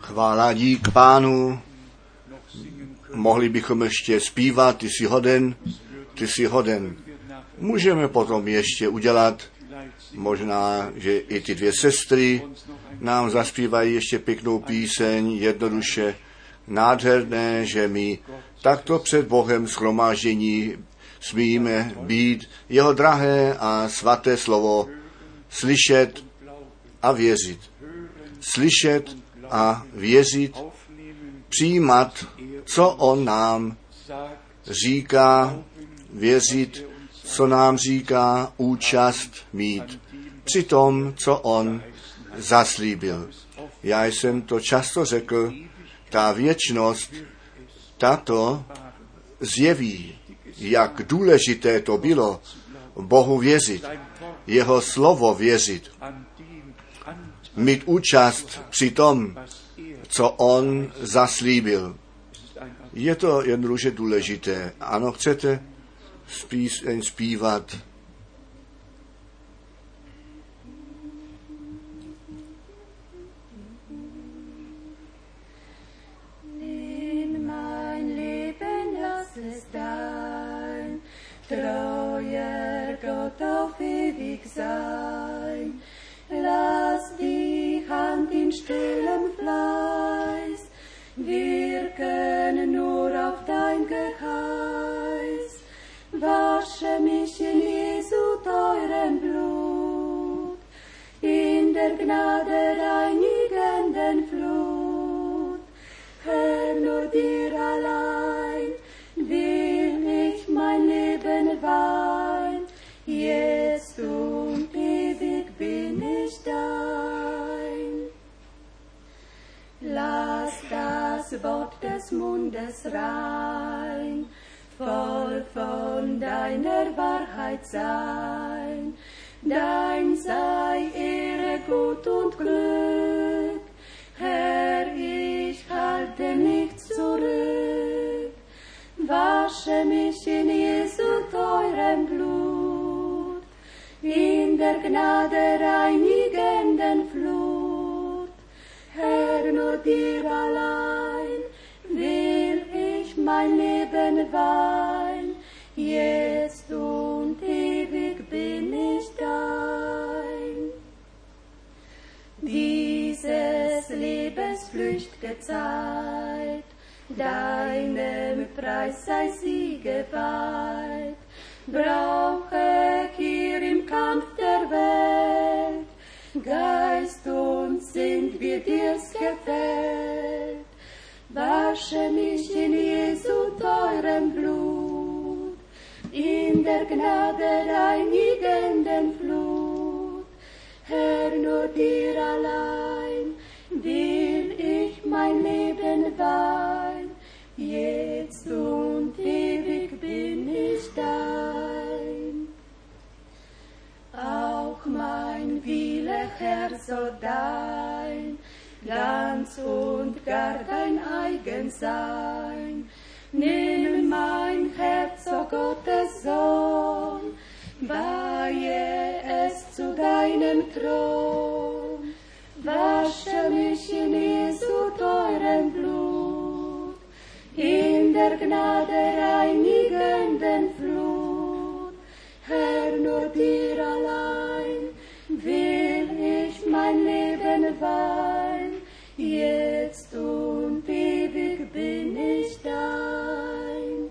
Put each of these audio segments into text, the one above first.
Chvála dík Pánu. Mohli bychom ještě zpívat, ty jsi hoden, ty jsi hoden. Můžeme potom ještě udělat, možná, že i ty dvě sestry nám zaspívají ještě pěknou píseň, jednoduše nádherné, že my takto před Bohem shromáždění smíme být jeho drahé a svaté slovo slyšet a věřit. Slyšet a věřit, přijímat, co on nám říká, věřit, co nám říká, účast mít při tom, co on zaslíbil. Já jsem to často řekl, ta věčnost, tato zjeví, jak důležité to bylo Bohu věřit, jeho slovo věřit, mít účast při tom, co on zaslíbil. Je to jednoduše důležité. Ano, chcete zpívat? Treuer Gott auf ewig sein, lass die Hand in stillem Fleiß wirken nur auf dein Geheiß. Wasche mich in Jesu teurem Blut, in der Gnade reinigenden Flut. Herr, nur dir allein will ich mein Leben weihen, jetzt und ewig bin ich dein. Lass das Wort des Mundes rein, voll von deiner Wahrheit sein. Dein sei Ehre, Gut und Glück, Herr, ich halte nichts zurück. Wasche mich in Jesu teurem Blut, in der Gnade reinigenden Flut. Herr, nur dir allein will ich mein Leben weihen, jetzt und ewig bin ich dein. Dieses Lebens flücht'ge Zeit, deinem Preis sei sie geweiht, brauche hier im Kampf der Welt, Geist und Sinn, wie dir's gefällt. Wasche mich in Jesu teurem Blut, in der Gnade reinigenden Flut. Herr, nur dir allein will ich mein Leben weihen, jetzt und ewig bin ich dein. Auch mein Wille, Herr, soll dein, ganz und gar dein eigen sein. Nimm mein Herz, o Gottes Sohn, weihe es zu deinem Thron. Wasche mich in Jesu teurem Blut, in der Gnade reinigenden Flut. Herr, nur dir allein will ich mein Leben weihen, jetzt und ewig bin ich dein.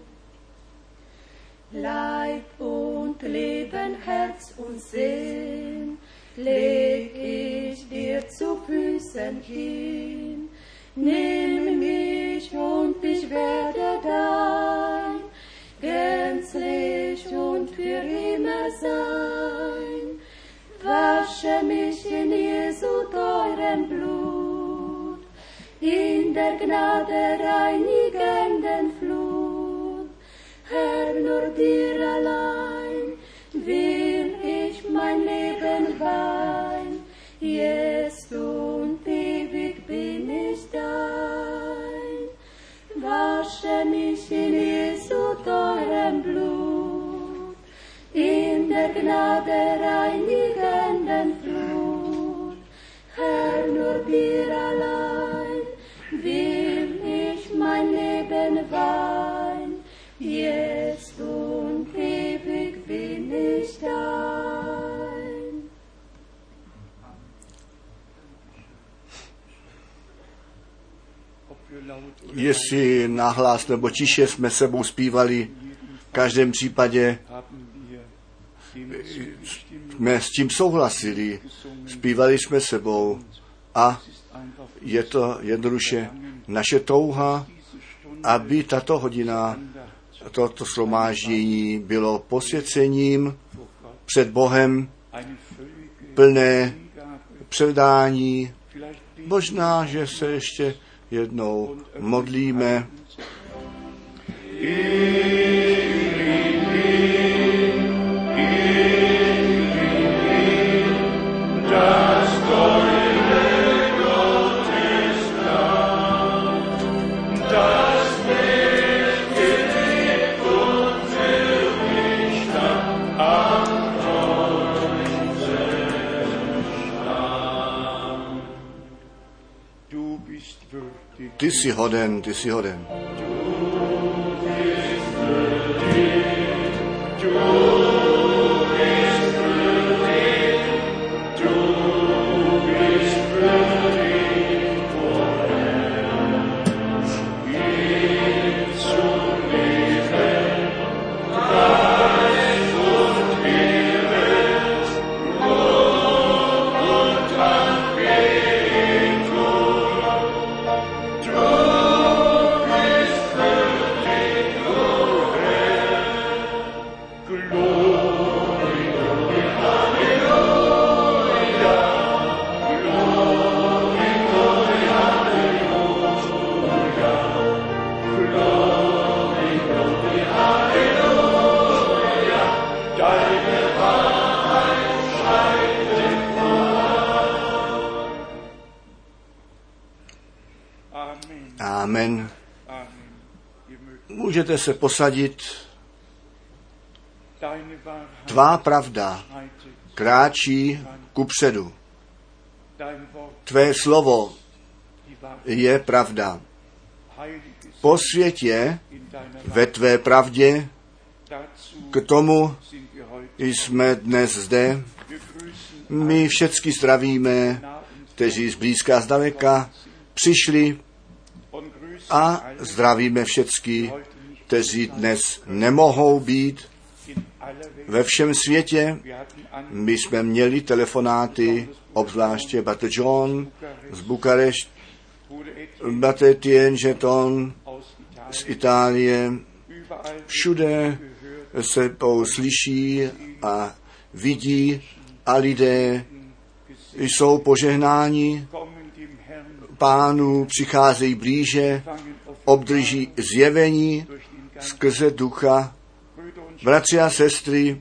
Leib und Leben, Herz und Sinn leg ich dir zu Füßen hin. Nimm mich und ich werde dein, gänzlich und für immer sein. Wasche mich in Jesu teurem Blut, in der Gnade reinigenden Flut. Herr, nur dir allein will ich mein Leben weihen, jetzt und ewig bin ich dein. Wasche mich in Jesu teurem Blut, in der Gnade reinigenden Flut. Herr, nur dir allein Jestli nahlas nebo tiše jsme sebou zpívali, v každém případě jsme s tím souhlasili, zpívali jsme sebou a je to jednoduše naše touha, aby tato hodina, toto shromáždění bylo posvěcením před Bohem, plné předání. Možná, že se ještě jednou modlíme. Ty jsi hoden, ty jsi hoden. Amen. Můžete se posadit. Tvá pravda kráčí kupředu. Tvé slovo je pravda. Posvěť je ve tvé pravdě. K tomu jsme dnes zde. My všecky zdravíme, kteří zblízka zdaleka přišli, a zdravíme všecky, kteří dnes nemohou být ve všem světě. My jsme měli telefonáty, obzvláště Bratr John z Bukarešť, Bratr Etienne Jeton z Itálie. Všude se slyší a vidí a lidé jsou požehnáni Pánu, přicházejí blíže, obdrží zjevení skrze ducha. Bratři a sestry,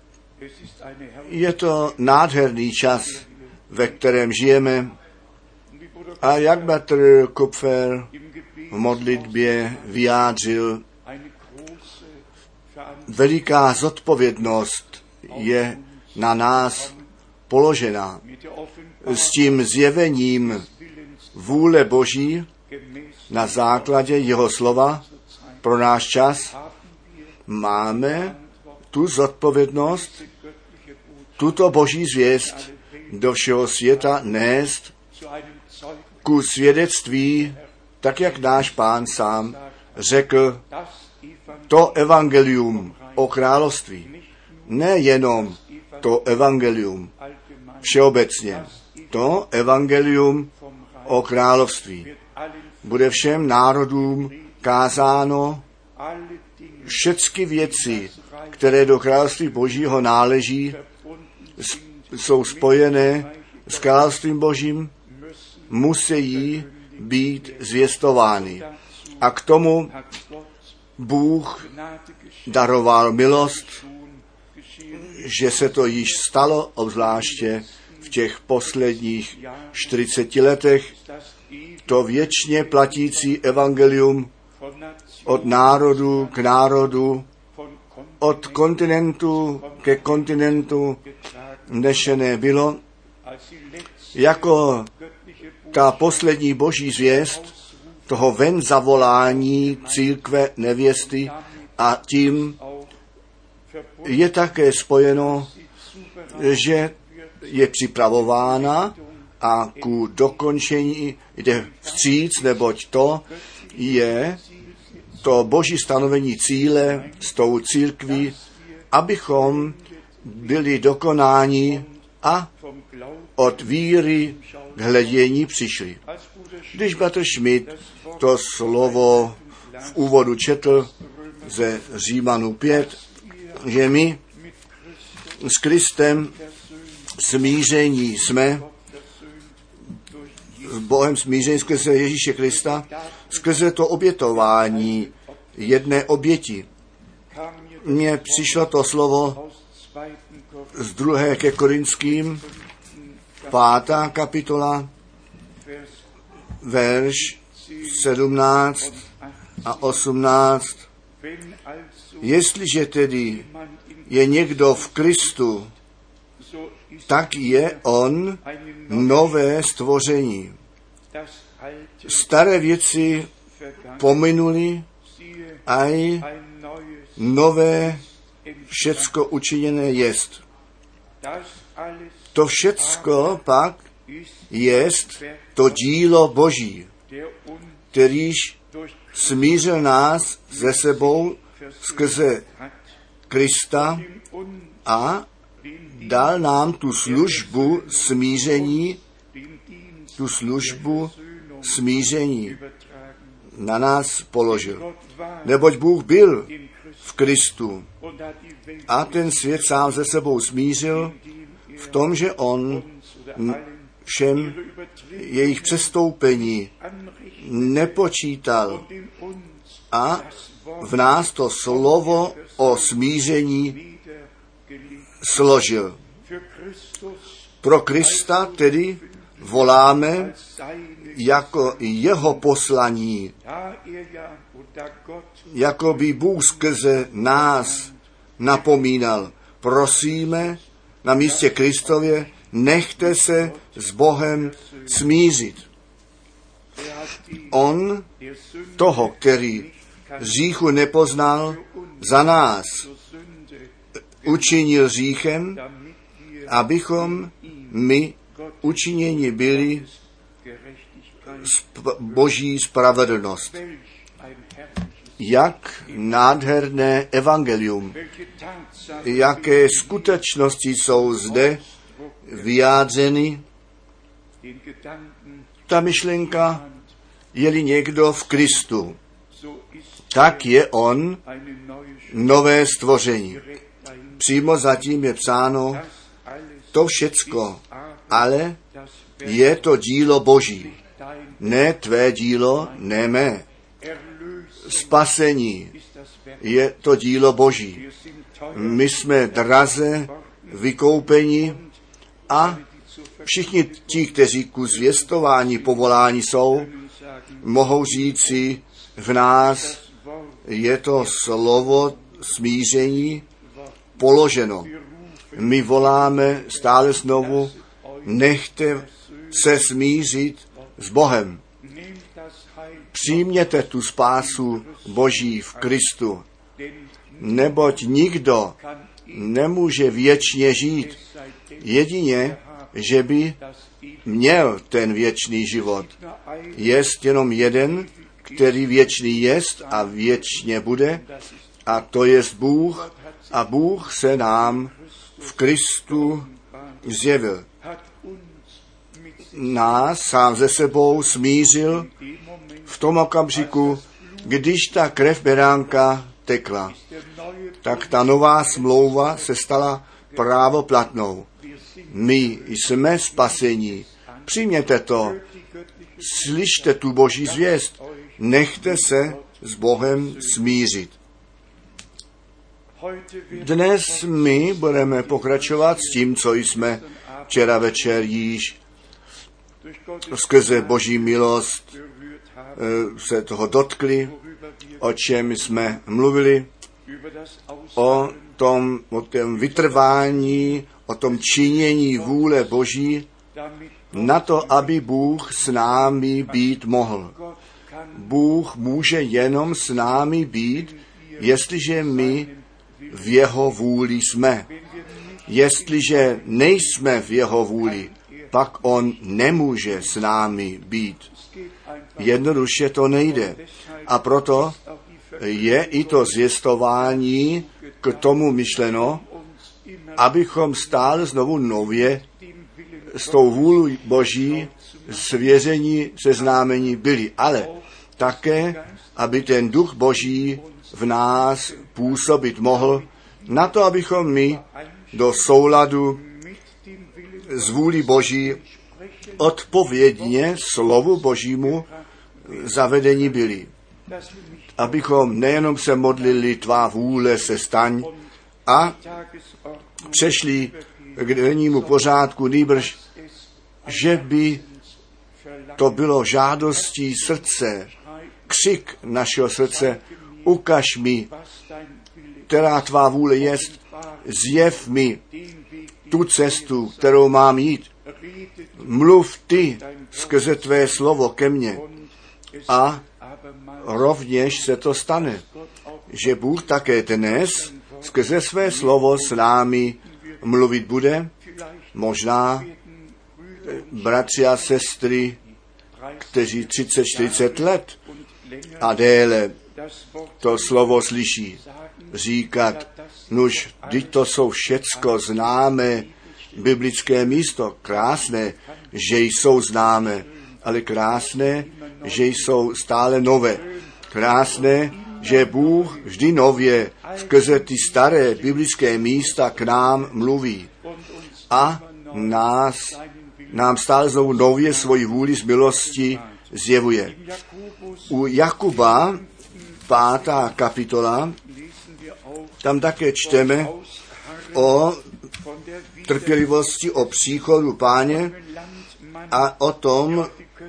je to nádherný čas, ve kterém žijeme. A jak bratr Kupfer v modlitbě vyjádřil, veliká zodpovědnost je na nás položena. S tím zjevením vůle Boží na základě jeho slova pro náš čas máme tu zodpovědnost, tuto Boží zvěst do všeho světa nést ku svědectví, tak jak náš Pán sám řekl, to evangelium o království, nejenom to evangelium všeobecně, to evangelium o království bude všem národům kázáno. Všechny věci, které do království Božího náleží, jsou spojené s královstvím Božím, musí být zvěstovány. A k tomu Bůh daroval milost, že se to již stalo, obzvláště v těch posledních 40 letech, to věčně platící evangelium od národu k národu, od kontinentu ke kontinentu nešené bylo, jako ta poslední boží zvěst toho ven zavolání církve nevěsty, a tím je také spojeno, že je připravována a ku dokončení jde vstříc, neboť to je to boží stanovení cíle s tou církví, abychom byli dokonáni a od víry k hledění přišli. Když bratr Schmidt to slovo v úvodu četl ze Římanů 5, že my s Kristem smíření jsme, s Bohem smíření skrze Ježíše Krista, skrze to obětování jedné oběti. Mně přišlo to slovo z 2. ke Korinským, 5. kapitola, verš 17 a 18. Jestliže tedy je někdo v Kristu, tak je on nové stvoření. Staré věci pominuli a nové všecko učiněné jest. To všecko pak jest to dílo Boží, kterýž smířil nás ze sebou skrze Krista a dal nám tu službu smíření na nás položil. Neboť Bůh byl v Kristu a ten svět sám ze sebou smířil v tom, že on všem jejich přestoupení nepočítal a v nás to slovo o smíření složil. Pro Krista tedy voláme jako jeho poslaní, jako by Bůh skrze nás napomínal. Prosíme na místě Kristově, nechte se s Bohem smířit. On toho, který hříchu nepoznal, za nás učinil hříchem, abychom my učiněni byli boží spravedlnost. Jak nádherné evangelium, jaké skutečnosti jsou zde vyjádřeny. Ta myšlenka, je-li někdo v Kristu, tak je on nové stvoření. Přímo zatím je psáno to všecko, ale je to dílo Boží. Ne tvé dílo, ne mé. Spasení je to dílo Boží. My jsme draze vykoupeni a všichni ti, kteří ku zvěstování povoláni jsou, mohou říci, v nás je to slovo smíření položeno. My voláme stále znovu, nechte se smířit s Bohem. Přijměte tu spásu Boží v Kristu, neboť nikdo nemůže věčně žít, jedině, že by měl ten věčný život. Jest jenom jeden, který věčný jest a věčně bude, a to jest Bůh, a Bůh se nám v Kristu zjevil. Nás sám ze sebou smířil v tom okamžiku, když ta krev beránka tekla, tak ta nová smlouva se stala právoplatnou. My jsme spasení. Přijměte to, slyšte tu Boží zvěst, nechte se s Bohem smířit. Dnes my budeme pokračovat s tím, co jsme včera večer již skrze Boží milost se toho dotkli, o čem jsme mluvili, o tom vytrvání, o tom činění vůle Boží, na to, aby Bůh s námi být mohl. Bůh může jenom s námi být, jestliže my v jeho vůli jsme. Jestliže nejsme v jeho vůli, pak on nemůže s námi být. Jednoduše to nejde. A proto je i to zvěstování k tomu myšleno, abychom stále znovu nově s tou vůlí Boží svěření, seznámení byli. Ale také, aby ten duch Boží v nás působit mohl, na to, abychom my do souladu s vůlí Boží odpovědně slovu Božímu zavedení byli. Abychom nejenom se modlili tvá vůle se staň a přešli k dennímu pořádku, nýbrž, že by to bylo žádostí srdce, křik našeho srdce, ukaž mi, která tvá vůle jest, zjev mi tu cestu, kterou mám jít. Mluv ty skrze tvé slovo ke mně. A rovněž se to stane, že Bůh také dnes skrze své slovo s námi mluvit bude. Možná bratři a sestry, kteří 30-40 let a déle to slovo slyší, říkat, nuž, vždyť to jsou všecko známé biblické místo, krásné, že jsou známé, ale krásné, že jsou stále nové. Krásné, že Bůh vždy nově skrze ty staré biblické místa k nám mluví a nám stále znovu nově svoji vůli z milosti zjevuje. U Jakuba 5. kapitola, tam také čteme o trpělivosti, o příchodu Páně a o tom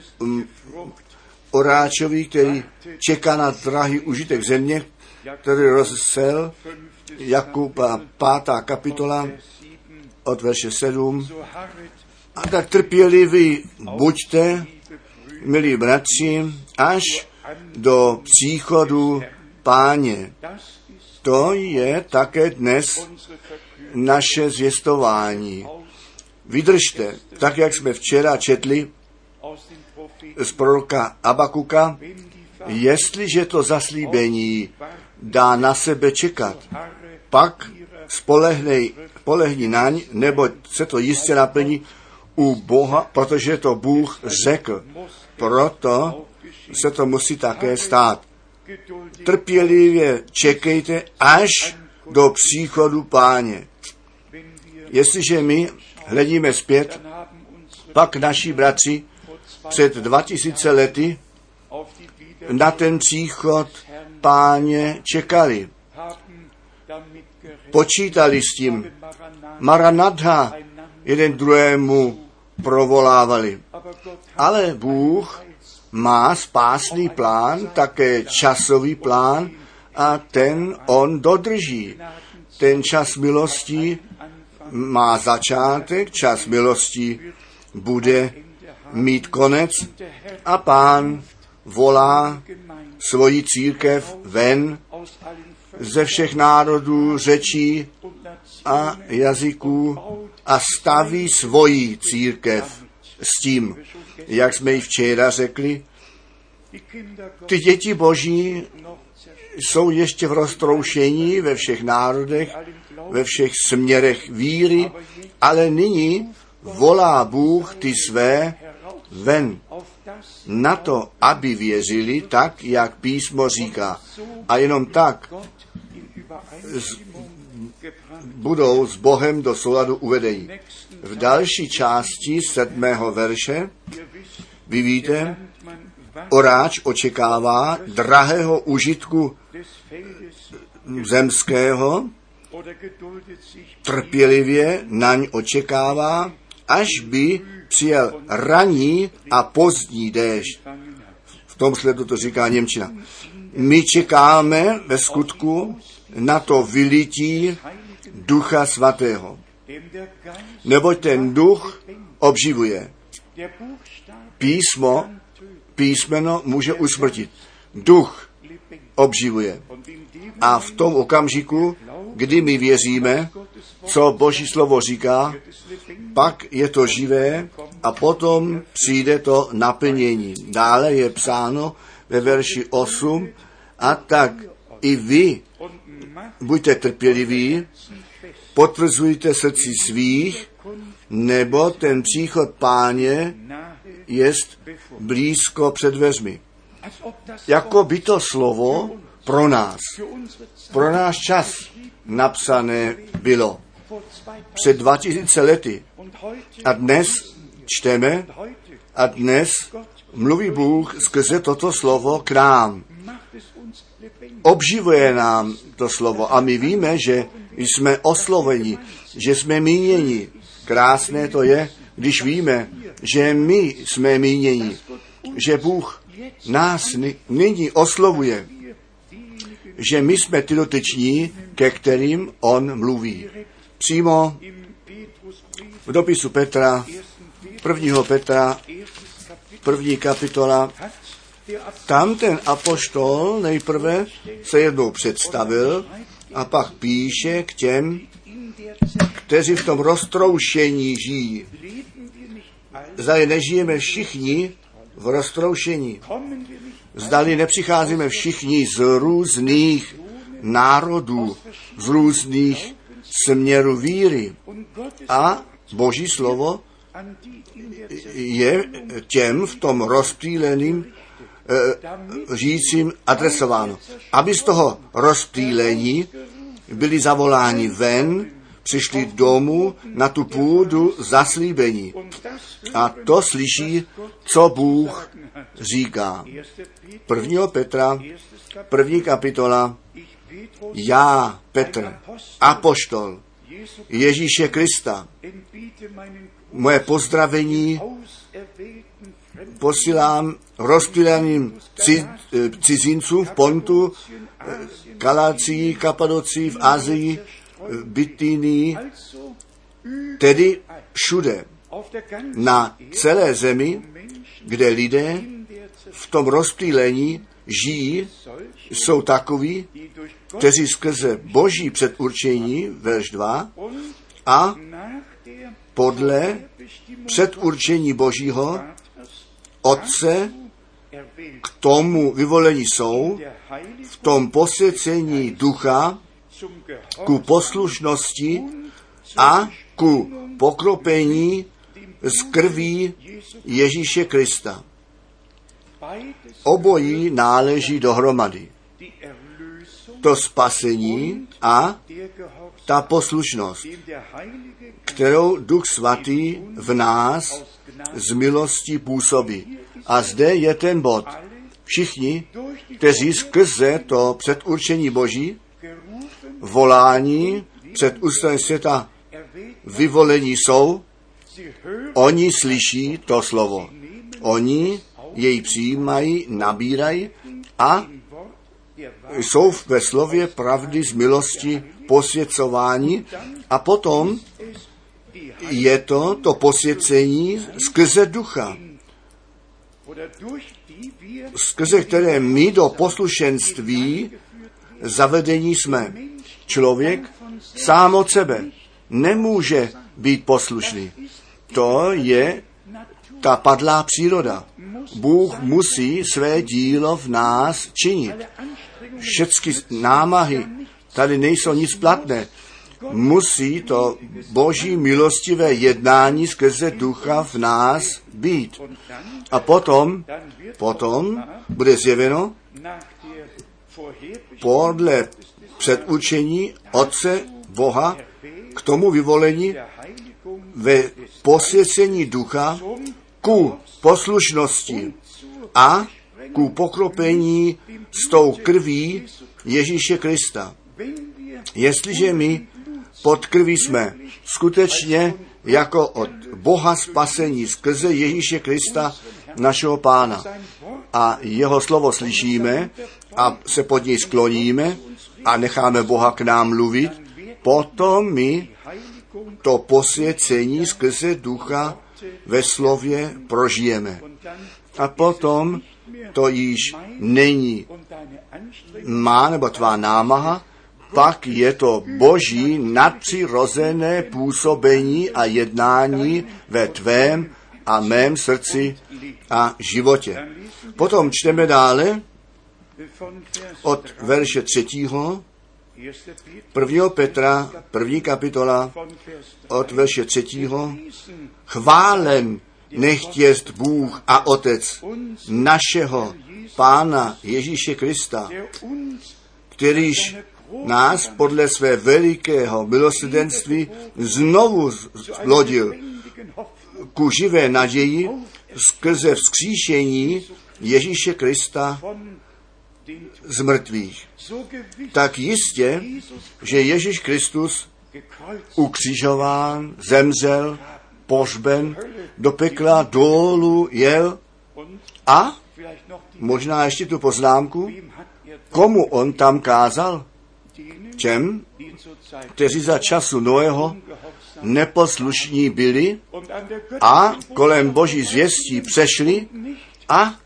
oráčovi, který čeká na drahý užitek země, který rozsel. Jakuba 5. kapitola od verše 7. A tak trpěliví buďte, milí bratři, až do příchodu Páně. To je také dnes naše zvěstování. Vydržte, tak jak jsme včera četli z proroka Abakuka, jestliže to zaslíbení dá na sebe čekat, pak spolehni naň, neboť se to jistě naplní u Boha, protože to Bůh řekl. Proto se to musí také stát. Trpělivě čekejte až do příchodu Páně. Jestliže my hledíme zpět, pak naši bratři před 2000 lety na ten příchod Páně čekali. Počítali s tím. Maranatha jeden druhému provolávali. Ale Bůh má spásný plán, také časový plán a ten on dodrží. Ten čas milosti má začátek, čas milosti bude mít konec a Pán volá svoji církev ven ze všech národů, řečí a jazyků a staví svoji církev s tím, jak jsme ji včera řekli. Ty děti Boží jsou ještě v roztroušení ve všech národech, ve všech směrech víry, ale nyní volá Bůh ty své ven na to, aby věřili tak, jak písmo říká. A jenom tak budou s Bohem do souladu uvedení. V další části 7. verše vy víte, oráč očekává drahého užitku zemského, trpělivě naň očekává, až by přijel ranní a pozdní déšť. V tom sledu to říká němčina. My čekáme ve skutku na to vylití Ducha Svatého. Neboť ten duch obživuje. Písmeno může usmrtit. Duch obživuje. A v tom okamžiku, kdy my věříme, co Boží slovo říká, pak je to živé a potom přijde to naplnění. Dále je psáno ve verši 8, a tak i vy buďte trpěliví, potvrzujte srdci svých, nebo ten příchod Páně jest blízko před dveřmi. Jako by to slovo pro nás, pro náš čas napsané bylo před 2000 lety. A dnes čteme a dnes mluví Bůh skrze toto slovo k nám. Obživuje nám to slovo a my víme, že jsme osloveni, že jsme míněni. Krásné to je, když víme, že my jsme míněni, že Bůh nás nyní oslovuje, že my jsme ty dotyční, ke kterým on mluví. Přímo v dopisu Petra, 1. Petra, 1. kapitola, tam ten apoštol nejprve se jednou představil a pak píše k těm, kteří v tom roztroušení žijí. Zdali nežijeme všichni v roztroušení. Zdali nepřicházíme všichni z různých národů, z různých směrů víry. A Boží slovo je těm v tom rozptýleným žijícím adresováno. Aby z toho rozptýlení byli zavoláni ven, přišli domů na tu půdu zaslíbení. A to slyší, co Bůh říká. 1. Petra, 1. kapitola, já, Petr, apoštol Ježíše Krista, moje pozdravení posílám rozptýleným cizincům v Pontu, Galácii, Kapadocii, v Asii, v Bitynii, tedy všude, na celé zemi, kde lidé v tom rozptýlení žijí, jsou takoví, kteří skrze Boží předurčení, verš 2, a podle předurčení Božího Otce k tomu vyvolení jsou, v tom posvěcení ducha ku poslušnosti a ku pokropení z krví Ježíše Krista. Obojí náleží dohromady. To spasení a ta poslušnost, kterou Duch Svatý v nás z milosti působí. A zde je ten bod. Všichni, kteří skrze to předurčení Boží, volání před ústavem světa vyvolení jsou, oni slyší to slovo. Oni jej přijímají, nabírají a jsou ve slově pravdy z milosti posvěcování a potom je to posvěcení skrze ducha, skrze které my do poslušenství zavedení jsme. Člověk sám od sebe nemůže být poslušný. To je ta padlá příroda. Bůh musí své dílo v nás činit. Všechny námahy tady nejsou nic platné. Musí to Boží milostivé jednání skrze ducha v nás být. A potom bude zjeveno podle předurčení Otce Boha k tomu vyvolení ve posvěcení ducha ku poslušnosti a ku pokropení s tou krví Ježíše Krista. Jestliže my pod krví jsme skutečně jako od Boha spasení skrze Ježíše Krista, našeho Pána, a jeho slovo slyšíme a se pod něj skloníme a necháme Boha k nám mluvit, potom my to posvěcení skrze ducha ve slově prožijeme. A potom to již není má nebo tvá námaha, pak je to Boží nadpřirozené působení a jednání ve tvém a mém srdci a životě. Potom čteme dále od verše 3. 1. Petra, 1. kapitola, od verše 3. Chválen nechť jest Bůh a Otec našeho Pána Ježíše Krista, kterýž nás podle své velikého milosrdenství znovu zplodil ku živé naději skrze vzkříšení Ježíše Krista z mrtvých. Tak jistě, že Ježíš Kristus ukřižován, zemřel, pohřben, do pekla dolů jel a možná ještě tu poznámku, komu on tam kázal? Těm, kteří za času Noého neposlušní byli a kolem Boží zvěstí přešli a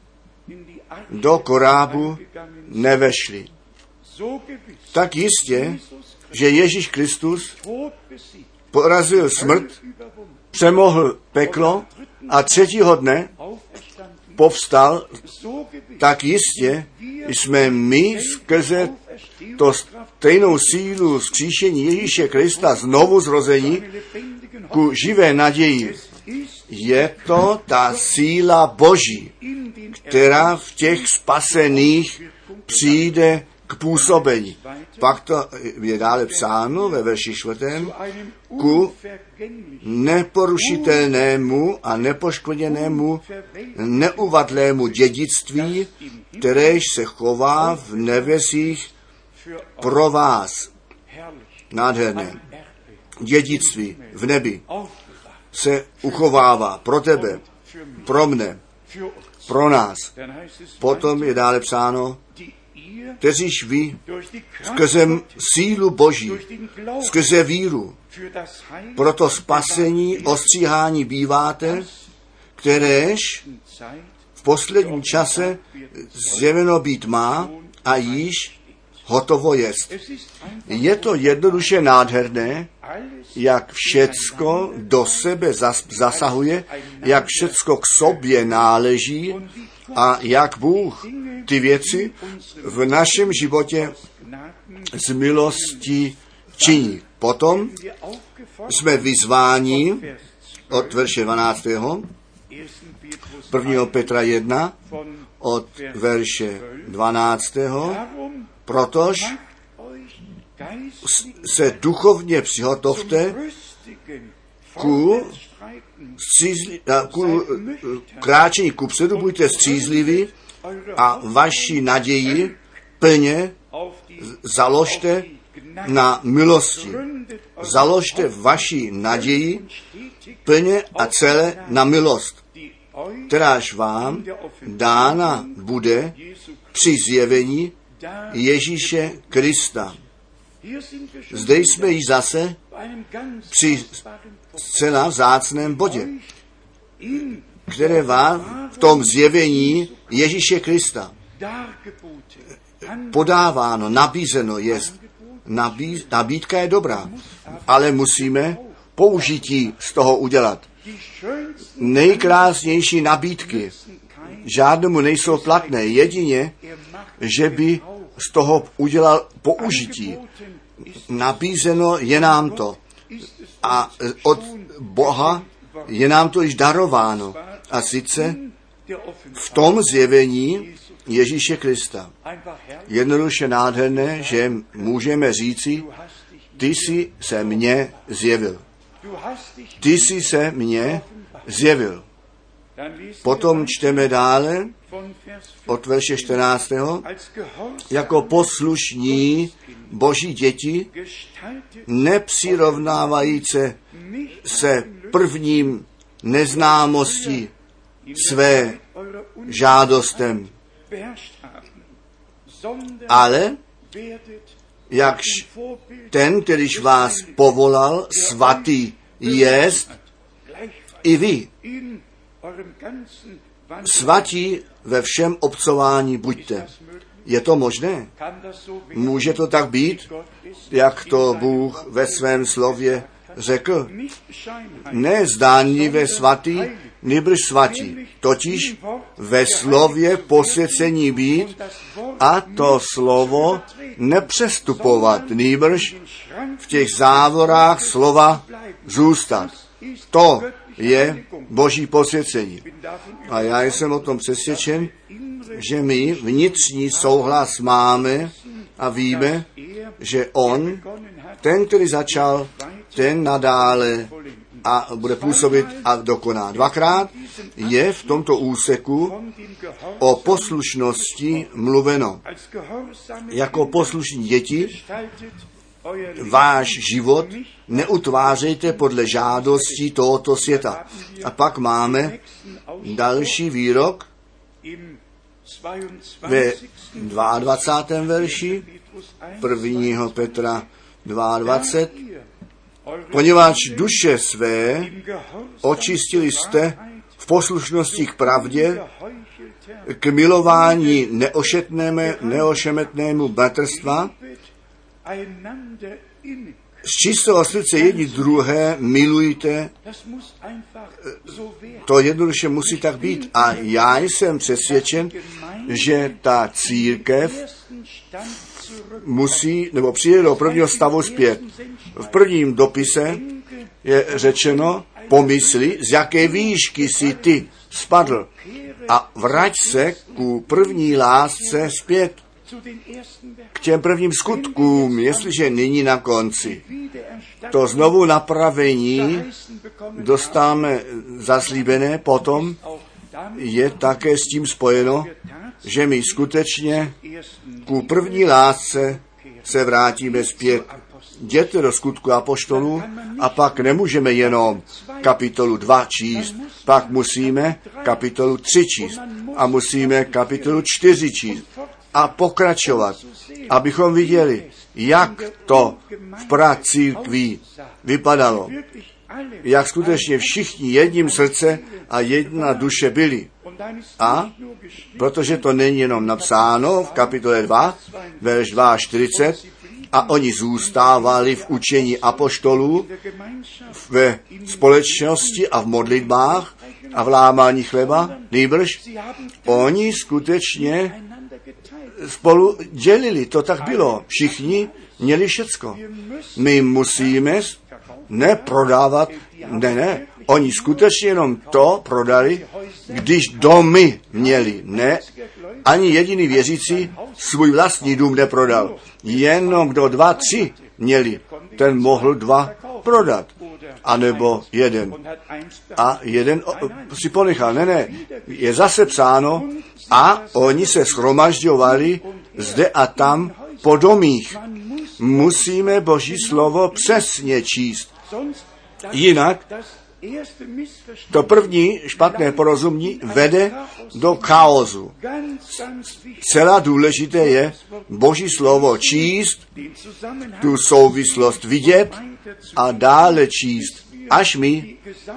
do korábu nevešli. Tak jistě, že Ježíš Kristus porazil smrt, přemohl peklo a 3. dne povstal, tak jistě jsme my skrze to stejnou sílu vzkříšení Ježíše Krista znovu zrození ku živé naději. Je to ta síla Boží, která v těch spasených přijde k působení. Pak to je dále psáno ve verši 4. Ku neporušitelnému a nepoškoděnému, neuvadlému dědictví, kteréž se chová v nebesích pro vás. Nádherné. Dědictví v nebi se uchovává pro tebe, pro mne, pro nás. Potom je dále psáno, kteříž vy skrze sílu Boží, skrze víru, proto spasení, ostříhání býváte, kteréž v posledním čase zjeveno být má a již hotovo jest. Je to jednoduše nádherné, jak všecko do sebe zasahuje, jak všecko k sobě náleží a jak Bůh ty věci v našem životě z milosti činí. Potom jsme vyzváni od verše 12. 1. Petra 1 od verše 12. Protož se duchovně přihotovte ku kráčení kupředu, buďte střízliví a vaši naději plně založte na milosti. Založte vaši naději plně a celé na milost, kteráž vám dána bude při zjevení Ježíše Krista. Zde jsme již zase při zcela vzácném bodě, které vám v tom zjevení Ježíše Krista podáváno, nabízeno jest. Nabídka je dobrá, ale musíme použití z toho udělat. Nejkrásnější nabídky žádnému nejsou platné, jedině, že by z toho udělal použití. Nabízeno je nám to a od Boha je nám to již darováno. A sice v tom zjevení Ježíše Krista. Jednoduše nádherné, že můžeme říci, ty jsi se mně zjevil. Ty jsi se mně zjevil. Potom čteme dále od verše 14. Jako poslušní Boží děti, nepřirovnávajíce se prvním neznámosti své žádostem, ale jakž ten, kterýž vás povolal, svatý jest, i vy svatí ve všem obcování buďte. Je to možné? Může to tak být, jak to Bůh ve svém slově řekl? Ne zdánlivě svatý, nýbrž svatí, totiž ve slově posvěcení být a to slovo nepřestupovat, nýbrž v těch závorách slova zůstat. To je Boží posvěcení. A já jsem o tom přesvědčen, že my vnitřní souhlas máme a víme, že on, ten, který začal, ten nadále a bude působit a dokoná. Dvakrát je v tomto úseku o poslušnosti mluveno. Jako poslušní děti váš život neutvářejte podle žádostí tohoto světa. A pak máme další výrok ve 22. verši 1. Petra 22. Poněvadž duše své očistili jste v poslušnosti k pravdě, k milování neošemetnému bratrstva, z čistého srdce jedni druhé milujte, to jednoduše musí tak být. A já jsem přesvědčen, že ta církev musí, nebo přijde do prvního stavu zpět. V prvním dopise je řečeno, pomysli, z jaké výšky si ty spadl a vrať se ku první lásce zpět, k těm prvním skutkům, jestliže nyní na konci. To znovu napravení dostáme zaslíbené, potom je také s tím spojeno, že my skutečně ku první lásce se vrátíme zpět. Jděte do Skutku apoštolů a pak nemůžeme jenom kapitolu 2 číst, pak musíme kapitolu 3 číst a musíme kapitolu 4 číst a pokračovat, abychom viděli, jak to v pracírkví vypadalo, jak skutečně všichni jedním srdce a jedna duše byli. A protože to není jenom napsáno v kapitole 2, verš 42, a oni zůstávali v učení apoštolů, ve společnosti a v modlitbách a v lámání chleba, nýbrž oni skutečně spolu dělili, to tak bylo. Všichni měli všecko. My musíme neprodávat, ne, oni skutečně jenom to prodali, když domy měli, ne, ani jediný věřící svůj vlastní dům neprodal. Jenom kdo 2, 3 měli, ten mohl 2 prodat. A nebo jeden. A jeden si ponechal. Ne, je zase psáno a oni se shromažďovali zde a tam po domích. Musíme Boží slovo přesně číst. Jinak to první špatné porozumění vede do chaosu. Celá důležité je Boží slovo číst, tu souvislost vidět a dále číst, až my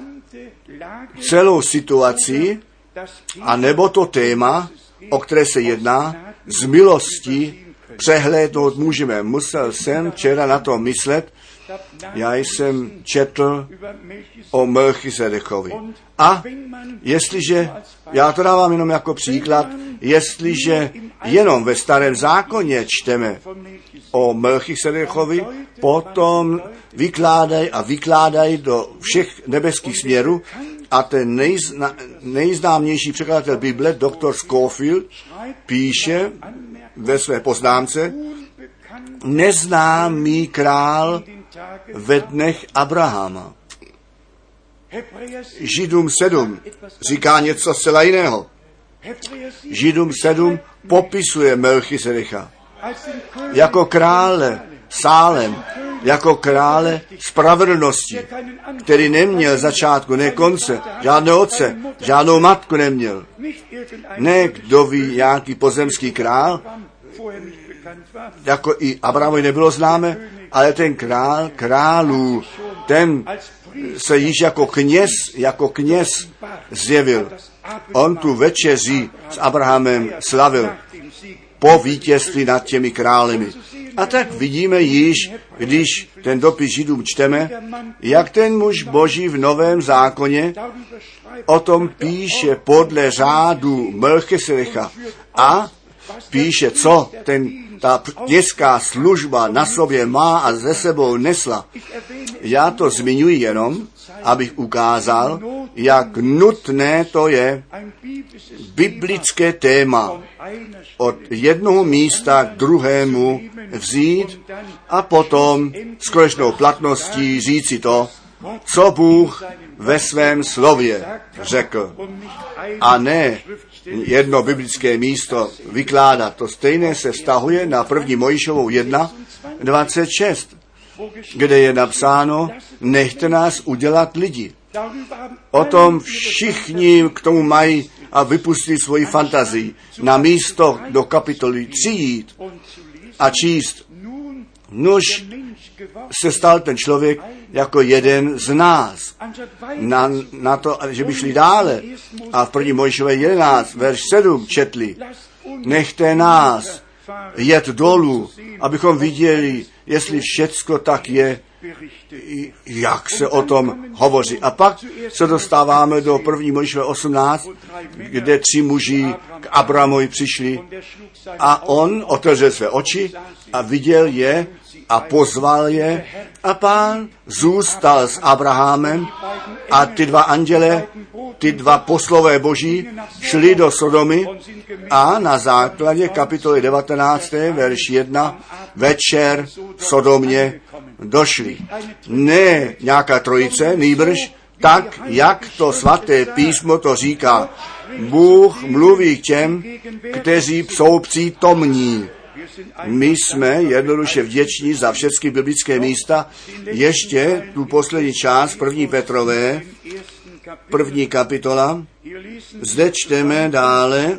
celou situaci a nebo to téma, o které se jedná, z milosti přehlédnout můžeme. Musel jsem včera na to myslet, já jsem četl o Melchisedekovi. A jestliže, já to dávám jenom jako příklad, jestliže jenom ve Starém zákoně čteme o Melchisedekovi, potom vykládají do všech nebeských směrů a ten nejznámější překladatel Bible, doktor Scofield, píše ve své poznámce, neznámý král ve dnech Abrahama. Židům 7 říká něco zcela jiného. Židům 7 popisuje Melchisedeka jako krále Sálem, jako krále spravedlnosti, který neměl začátku, ne konce, žádného otce, žádnou matku neměl. Ne kdo ví, jaký pozemský král, jako i Abrahamovi nebylo známe, ale ten král králů, ten se již jako kněz zjevil. On tu večeři s Abrahamem slavil po vítězství nad těmi králi. A tak vidíme již, když ten dopis Židům čteme, jak ten muž Boží v Novém zákoně o tom píše podle řádu Melchisedecha a píše, co ta kněžská služba na sobě má a ze sebou nesla. Já to zmiňuji jenom, abych ukázal, jak nutné to je biblické téma od jednoho místa k druhému vzít a potom s konečnou platností říci to, co Bůh ve svém slově řekl. A ne jedno biblické místo vykládat. To stejné se vztahuje na 1. Mojžíšovou 1:26, kde je napsáno, nechte nás udělat lidi. O tom všichni k tomu mají a vypustit svoji fantazii. Na místo do kapitoly 3 jít a číst. Nuž se stal ten člověk jako jeden z nás. Na to, že by šli dále a v 1. Mojžíšové 11, verš 7 četli, nechte nás jet dolů, abychom viděli, jestli všecko tak je, jak se o tom hovoří. A pak se dostáváme do 1. Mojžíšové 18, kde 3 muži k Abrahamovi přišli a on otevřel své oči a viděl je a pozval je a Pán zůstal s Abrahamem a ty 2 anděle, ty 2 poslové Boží šli do Sodomy a na základě kapitoly 19, verš 1, večer v Sodomě došli. Ne nějaká trojice, nýbrž tak, jak to svaté písmo to říká. Bůh mluví k těm, kteří jsou přítomní. My jsme jednoduše vděční za všechny biblické místa. Ještě tu poslední část 1. Petrové, 1. kapitola. Zde čteme dále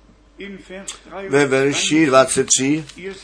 ve verši 23.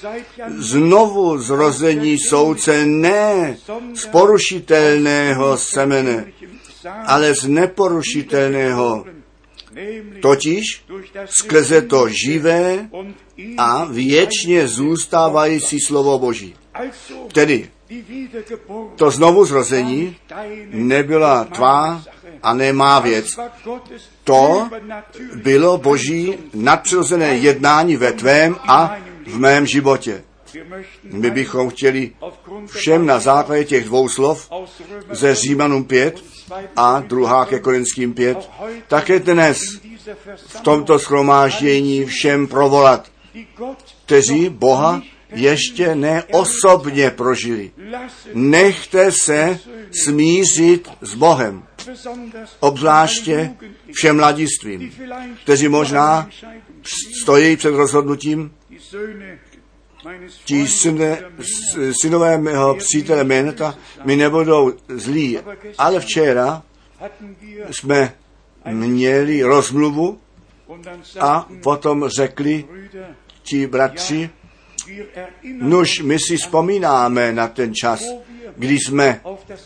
Znovu zrození soudce ne z porušitelného semene, ale z neporušitelného, totiž skrze to živé a věčně zůstávající slovo Boží. Tedy to znovuzrození nebyla tvá a ne má věc. To bylo Boží nadpřirozené jednání ve tvém a v mém životě. My bychom chtěli všem na základě těch 2 slov ze Římanům 5 a 2. ke Korinským 5 také dnes v tomto shromáždění všem provolat, kteří Boha ještě neosobně prožili. Nechte se smířit s Bohem, obzvláště všem mladistvím, kteří možná stojí před rozhodnutím. Ti synové mého přítele Meneta mi nebudou zlí, ale včera jsme měli rozmluvu a potom řekli ti bratři, nuž my si vzpomínáme na ten čas, kdy jsme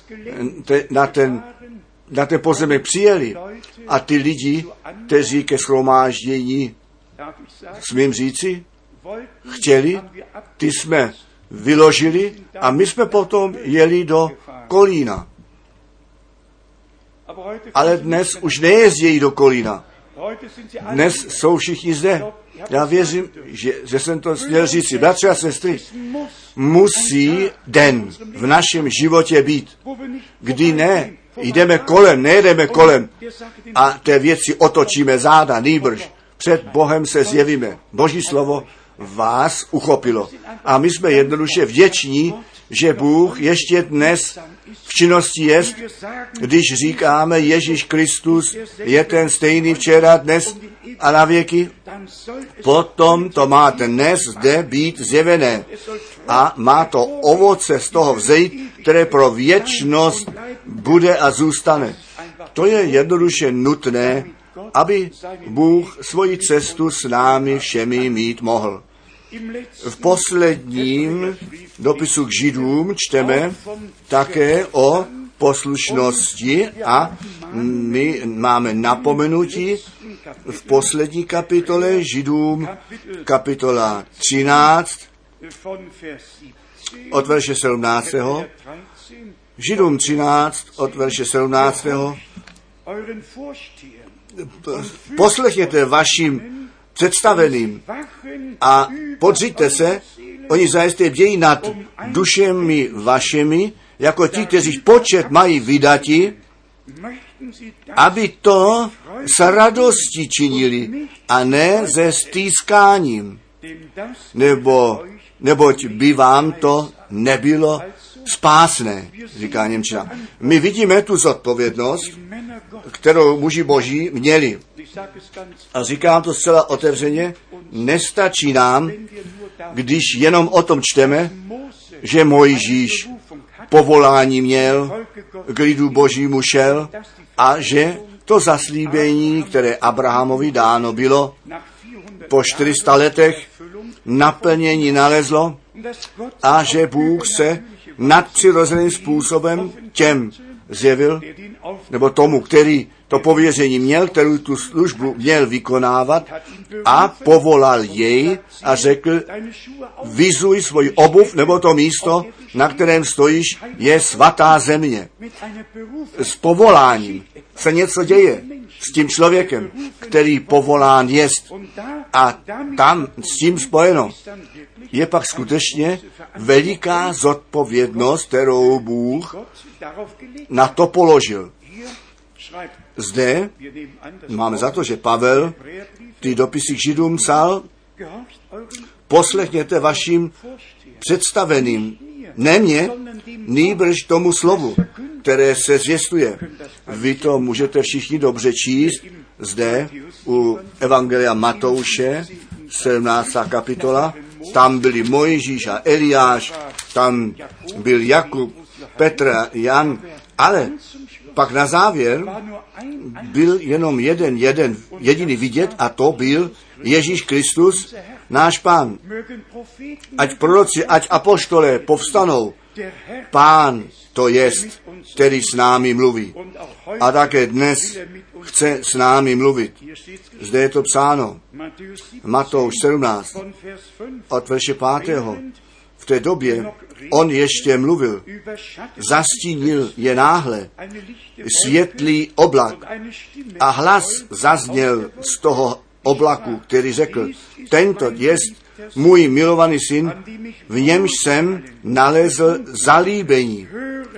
na ten pozemek přijeli a ty lidi, kteří ke shromáždění, smím říci, chtěli, ty jsme vyložili a my jsme potom jeli do Kolína. Ale dnes už nejezdějí do Kolína. Dnes jsou všichni zde. Já věřím, že jsem to chtěl říct. Bratři a sestry, musí den v našem životě být, kdy nejedeme kolem a té věci otočíme záda, nýbrž před Bohem se zjevíme. Boží slovo vás uchopilo. A my jsme jednoduše vděční, že Bůh ještě dnes v činnosti jest, když říkáme Ježíš Kristus je ten stejný včera, dnes a na věky, potom to má dnes zde být zjevené a má to ovoce z toho vzejít, které pro věčnost bude a zůstane. To je jednoduše nutné, aby Bůh svoji cestu s námi všemi mít mohl. V posledním dopisu k Židům čteme také o poslušnosti a my máme napomenutí v poslední kapitole Židům, kapitola 13, od verše 17. Židům 13, od verše 17. Poslechněte vašim představeným a podřiďte se, oni zajisté bdějí nad dušemi vašimi, jako ti, kteří počet mají vydati, aby to s radostí činili a ne se stýskáním, neboť by vám to nebylo spásné, říká Němčina. My vidíme tu zodpovědnost, kterou muži boží měli. A říkám to zcela otevřeně, nestačí nám, když jenom o tom čteme, že Mojžíš povolání měl, k lidu božímu šel a že to zaslíbení, které Abrahamovi dáno bylo, po 400 letech naplnění nalezlo a že Bůh se nadpřirozeným způsobem těm zjevil, nebo tomu, který to pověření měl, který tu službu měl vykonávat a povolal jej a řekl, vyzuj svůj obuv, nebo to místo, na kterém stojíš, je svatá země. S povoláním se něco děje s tím člověkem, který povolán jest. A tam s tím spojeno je pak skutečně veliká zodpovědnost, kterou Bůh na to položil. Zde máme za to, že Pavel ty dopisy k Židům psal, poslechněte vašim představeným, ne mě, nýbrž tomu slovu, které se zvěstuje. Vy to můžete všichni dobře číst zde u Evangelia Matouše, 17. kapitola, tam byli Mojžíš a Eliáš, tam byl Jakub, Petr, Jan, ale pak na závěr byl jenom jeden jediný vidět a to byl Ježíš Kristus, náš Pán. Ať proroci, ať apoštolé povstanou, Pán to jest, který s námi mluví. A také dnes chce s námi mluvit. Zde je to psáno. Matouš 17, od verše 5. V té době on ještě mluvil. Zastínil je náhle světlý oblak a hlas zazněl z toho oblaku, který řekl, tento jest můj milovaný syn, v němž jsem nalezl zalíbení.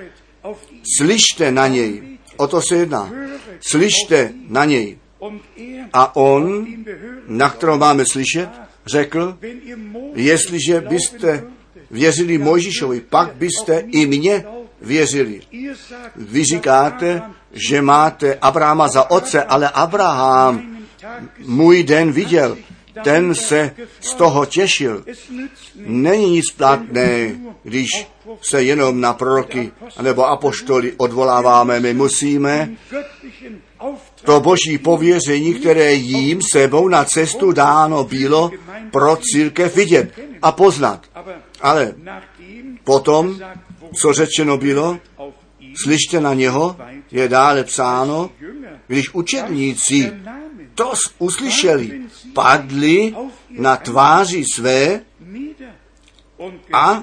Slyšte na něj. O to se jedná. Slyšte na něj. A on, na kterou máme slyšet, řekl, jestliže byste věřili Mojžíšovi, pak byste i mně věřili. Vy říkáte, že máte Abrahama za otce, ale Abraham můj den viděl. Ten se z toho těšil. Není nic platné, když se jenom na proroky nebo apoštoly odvoláváme. My musíme to boží pověření, které jim sebou na cestu dáno bylo, pro církev vidět a poznat. Ale potom, co řečeno bylo, slyšte na něho, je dále psáno, když učedníci to uslyšeli, padli na tváři své a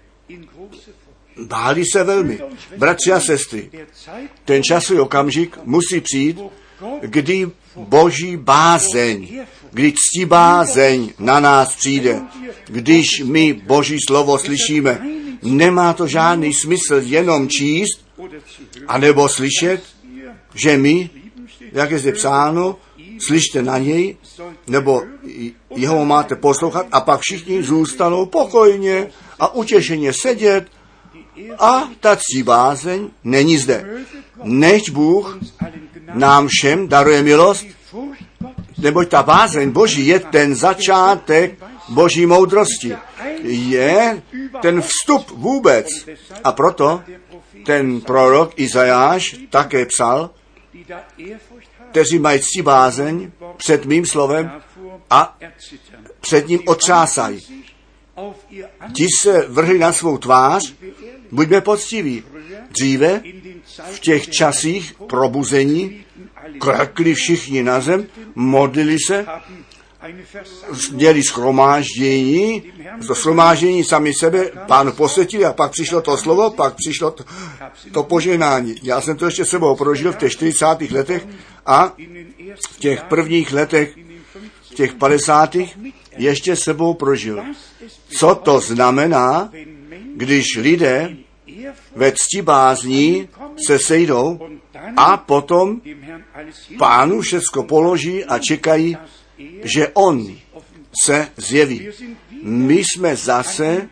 báli se velmi. Bratři a sestry, ten časový okamžik musí přijít, kdy boží bázeň, kdy ctí bázeň na nás přijde. Když my boží slovo slyšíme, nemá to žádný smysl jenom číst, anebo slyšet, že my, jak je zde psáno, slyšte na něj, nebo jeho máte poslouchat a pak všichni zůstanou pokojně a utěšeně sedět a ta ctí bázeň není zde. Nechť Bůh nám všem daruje milost, neboť ta bázeň Boží je ten začátek Boží moudrosti. Je ten vstup vůbec. A proto ten prorok Izajáš také psal, kteří mají ctí bázeň před mým slovem a před ním otřásají. Ti se vrhli na svou tvář, buďme poctiví. Dříve, v těch časích probuzení, klekli všichni na zem, modlili se, měli shromáždění, to shromáždění sami sebe Pánu posvětili a pak přišlo to slovo, pak přišlo to požehnání. Já jsem to ještě sebou prožil v těch 40. letech a v těch prvních letech, v těch 50. ještě sebou prožil. Co to znamená, když lidé ve ctibázní se sejdou a potom Pánu všecko položí a čekají, že on se zjeví. My jsme zase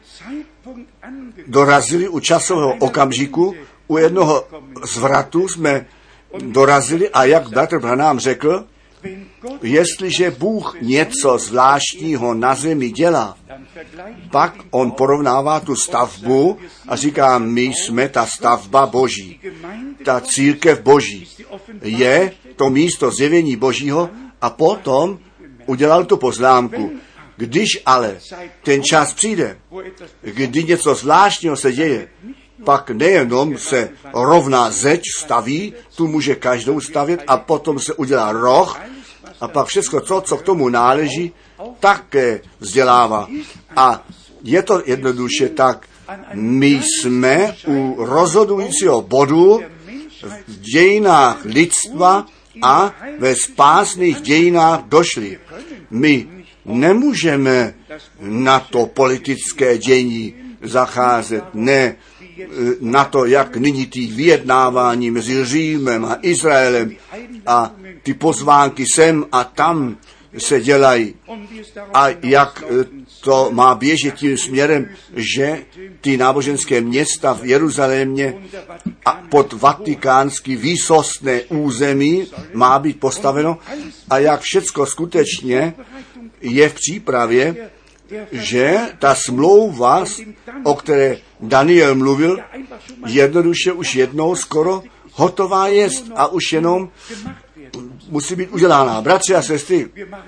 dorazili u časového okamžiku, u jednoho zvratu jsme dorazili a jak bratr Branham řekl, jestliže Bůh něco zvláštního na zemi dělá, pak on porovnává tu stavbu a říká, my jsme ta stavba Boží. Ta církev Boží je to místo zjevení Božího a potom udělal tu poznámku. Když ale ten čas přijde, kdy něco zvláštního se děje, pak nejenom se rovná zeď staví, tu může každou stavět a potom se udělá roh a pak všechno to, co k tomu náleží, také vzdělává. A je to jednoduše tak, my jsme u rozhodujícího bodu v dějinách lidstva a ve spásných dějinách došli. My nemůžeme na to politické dění zacházet, ne na to, jak nyní ty vyjednávání mezi Římem a Izraelem a ty pozvánky sem a tam se dělají a jak to má běžet tím směrem, že ty náboženské města v Jeruzalémě a pod vatikánský výsostné území má být postaveno a jak všecko skutečně je v přípravě, že ta smlouva, o které Daniel mluvil, jednoduše už jednou skoro hotová jest a už jenom musí být udělána. Bratři a sestry,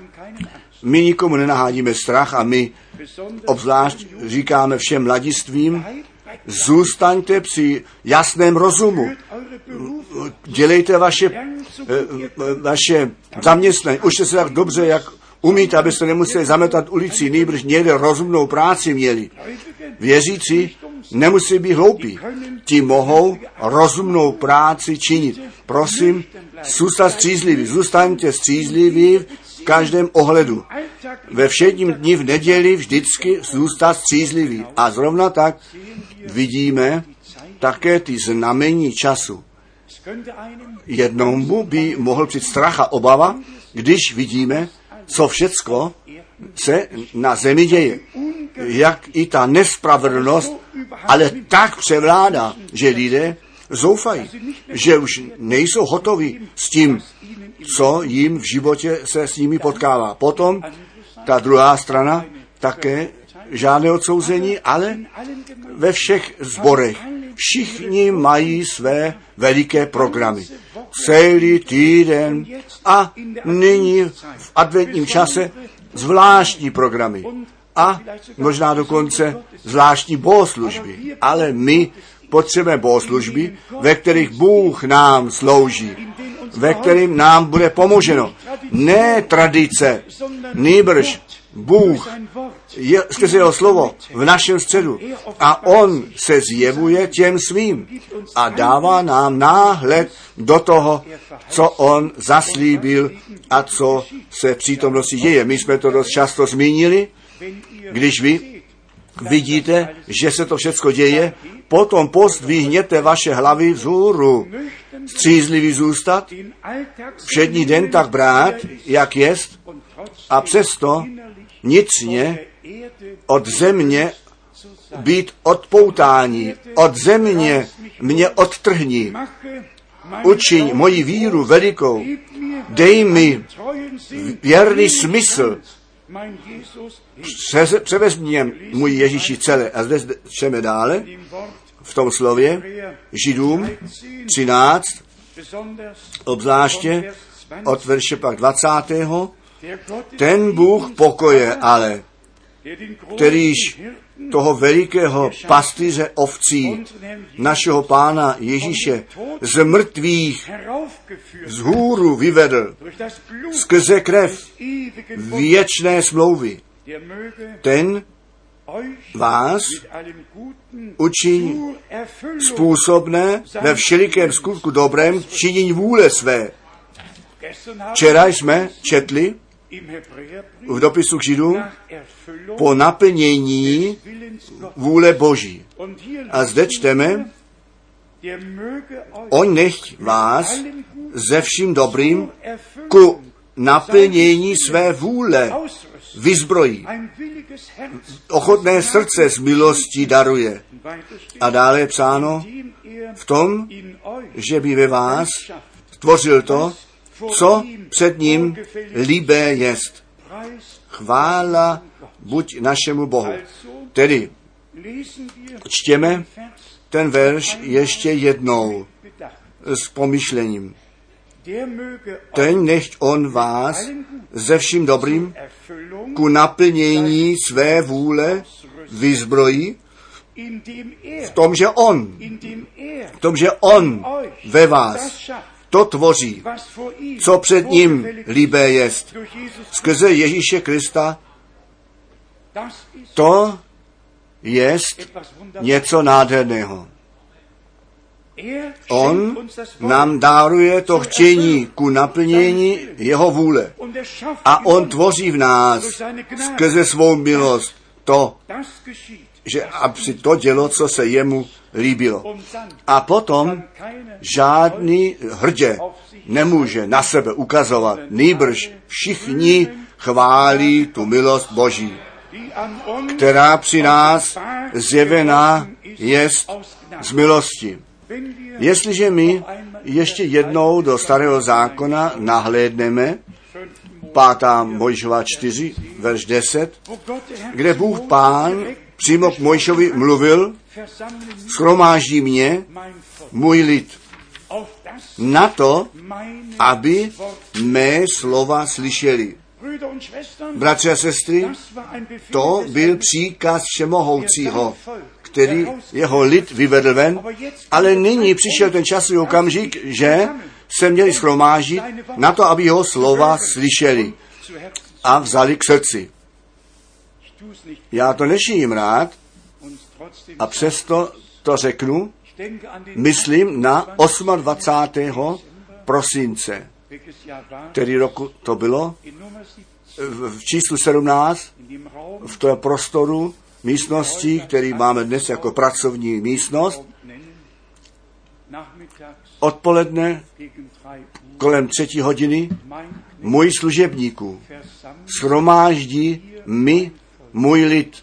my nikomu nenahádíme strach a my obzvlášť říkáme všem mladistvím, zůstaňte při jasném rozumu. Dělejte vaše zaměstnání. Učte se tak dobře, jak umíte, abyste nemuseli zametat ulici, nýbrž někde rozumnou práci měli. Věřící nemusí být hloupí. Ti mohou rozumnou práci činit. Prosím, zůstaňte střízliví v každém ohledu. Ve všedním dni v neděli vždycky zůstat střízliví. A zrovna tak vidíme také ty znamení času. Jednomu by mohl přijít strach a obava, když vidíme, co všecko se na zemi děje. Jak i ta nespravedlnost, ale tak převládá, že lidé zoufají, že už nejsou hotoví s tím, co jim v životě se s nimi potkává. Potom ta druhá strana také žádné odsouzení, ale ve všech sborech všichni mají své veliké programy. Celý týden a nyní v adventním čase zvláštní programy a možná dokonce zvláštní bohoslužby. Ale my potřebujeme bohoslužby, ve kterých Bůh nám slouží, ve kterým nám bude pomoženo. Ne tradice, nýbrž Bůh je skrze jeho slovo v našem středu a on se zjevuje těm svým a dává nám náhled do toho, co on zaslíbil a co se v přítomnosti děje. My jsme to dost často zmínili, když vy vidíte, že se to všecko děje, potom pozdvihněte vaše hlavy vzhůru. Střízlivý zůstat, všední den tak brát, jak jest, a přesto nicně od země být odpoutání, od země mě odtrhni. Učiň moji víru velikou, dej mi věrný smysl, převezmi můj Ježíši celé. A zde čteme dále v tom slově Židům 13, obzvláště od verše pak 20. Ten Bůh pokoje ale, kterýž toho velikého pastýře ovcí, našeho Pána Ježíše, z mrtvých vzhůru vyvedl skrze krev věčné smlouvy. Ten vás učiní způsobné ve všelikém skutku dobrém činění vůle své. Včera jsme četli v dopisu k Židům po naplnění vůle Boží. A zde čteme, on nechť vás ze vším dobrým ku naplnění své vůle vyzbrojí. Ochotné srdce z milostí daruje. A dále je psáno v tom, že by ve vás tvořil to, co před ním líbé jest. Chvála buď našemu Bohu. Tedy čtěme ten verš ještě jednou s pomyšlením. Ten nechť on vás ze vším dobrým ku naplnění své vůle vyzbrojí v tom, že on ve vás to tvoří, co před ním líbé jest. Skrze Ježíše Krista to jest něco nádherného. On nám dáruje to chtění ku naplnění jeho vůle. A on tvoří v nás skrze svou milost to, že aby to dělo, co se jemu líbilo. A potom žádný hrdě nemůže na sebe ukazovat. Nýbrž všichni chválí tu milost Boží, která při nás zjevená jest z milosti. Jestliže my ještě jednou do Starého zákona nahlédneme, 5. Mojžíšova 4, verš 10, kde Bůh Pán přímo k Mojžíšovi mluvil, shromáždí mě, můj lid, na to, aby mé slova slyšeli. Bratři a sestry, to byl příkaz Všemohoucího, který jeho lid vyvedl ven, ale nyní přišel ten časový okamžik, že se měli shromáždit na to, aby jeho slova slyšeli a vzali k srdci. Já to nečiním rád a přesto to řeknu. Myslím na 28. prosince, který roku to bylo, v číslu 17, v tom prostoru místnosti, který máme dnes jako pracovní místnost, odpoledne kolem 3 hodiny můj služebníků shromáždí mi můj lid,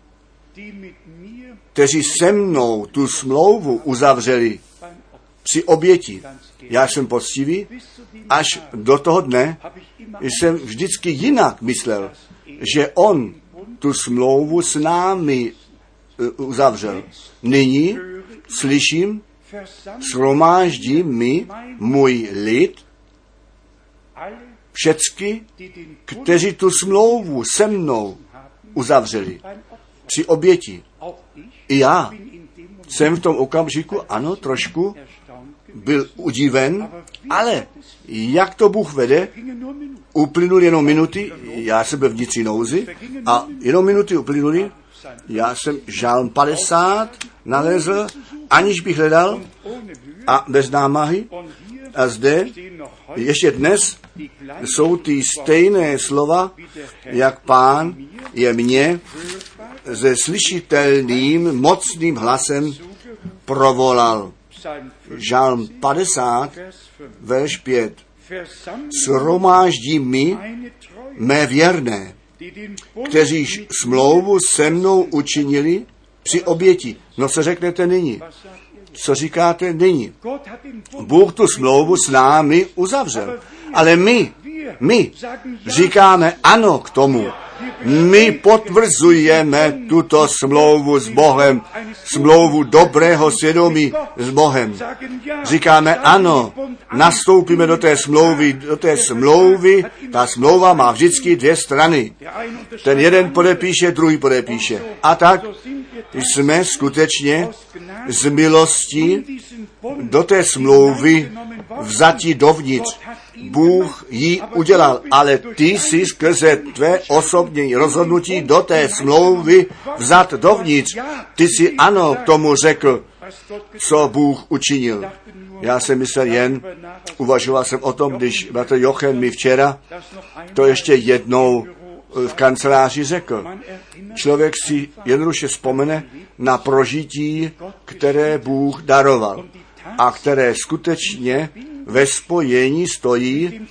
kteří se mnou tu smlouvu uzavřeli při oběti. Já jsem poctivý, až do toho dne jsem vždycky jinak myslel, že on tu smlouvu s námi uzavřel. Nyní slyším, shromáždí mi můj lid, všecky, kteří tu smlouvu se mnou uzavřeli při oběti. I já jsem v tom okamžiku, ano, trošku byl udiven, ale jak to Bůh vede, uplynul jenom minuty, já jsem byl vnitřní nouzi a jenom minuty uplynuly, já jsem žálm 50 nalezl, aniž bych hledal a bez námahy. A zde ještě dnes jsou ty stejné slova, jak Pán je mě se slyšitelným, mocným hlasem provolal. Žálm 50, verš 5. Shromáždí mi mé věrné, kteří smlouvu se mnou učinili při oběti. No co řeknete nyní? Co říkáte nyní? Bůh tu smlouvu s námi uzavřel. Ale my říkáme ano k tomu. My potvrzujeme tuto smlouvu s Bohem, smlouvu dobrého svědomí s Bohem. Říkáme ano, nastoupíme do té smlouvy, ta smlouva má vždycky dvě strany. Ten jeden podepíše, druhý podepíše. A tak jsme skutečně z milosti do té smlouvy vzati dovnitř. Bůh ji udělal, ale ty jsi skrze tvé osobní rozhodnutí do té smlouvy vzat dovnitř. Ty jsi ano k tomu řekl, co Bůh učinil. Já jsem myslel uvažoval jsem o tom, když bratr Jochen mi včera to ještě jednou v kanceláři řekl. Člověk si jednoduše vzpomene na prožití, které Bůh daroval a které skutečně ve spojení stojí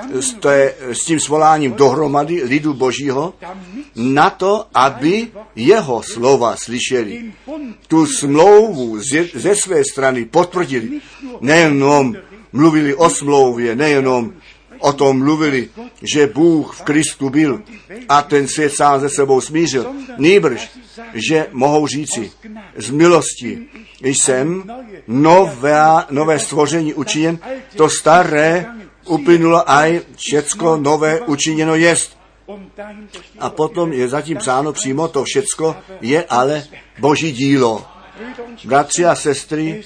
s tím svoláním dohromady lidu Božího na to, aby jeho slova slyšeli. Tu smlouvu ze své strany potvrdili. Nejenom mluvili o smlouvě, nejenom o tom mluvili, že Bůh v Kristu byl a ten svět sám se sebou smířil. Nýbrž, že mohou říci, z milosti jsem nové stvoření učiněn, to staré uplynulo a všecko nové učiněno jest. A potom je zatím psáno přímo, to všecko je ale Boží dílo. Bratři a sestry,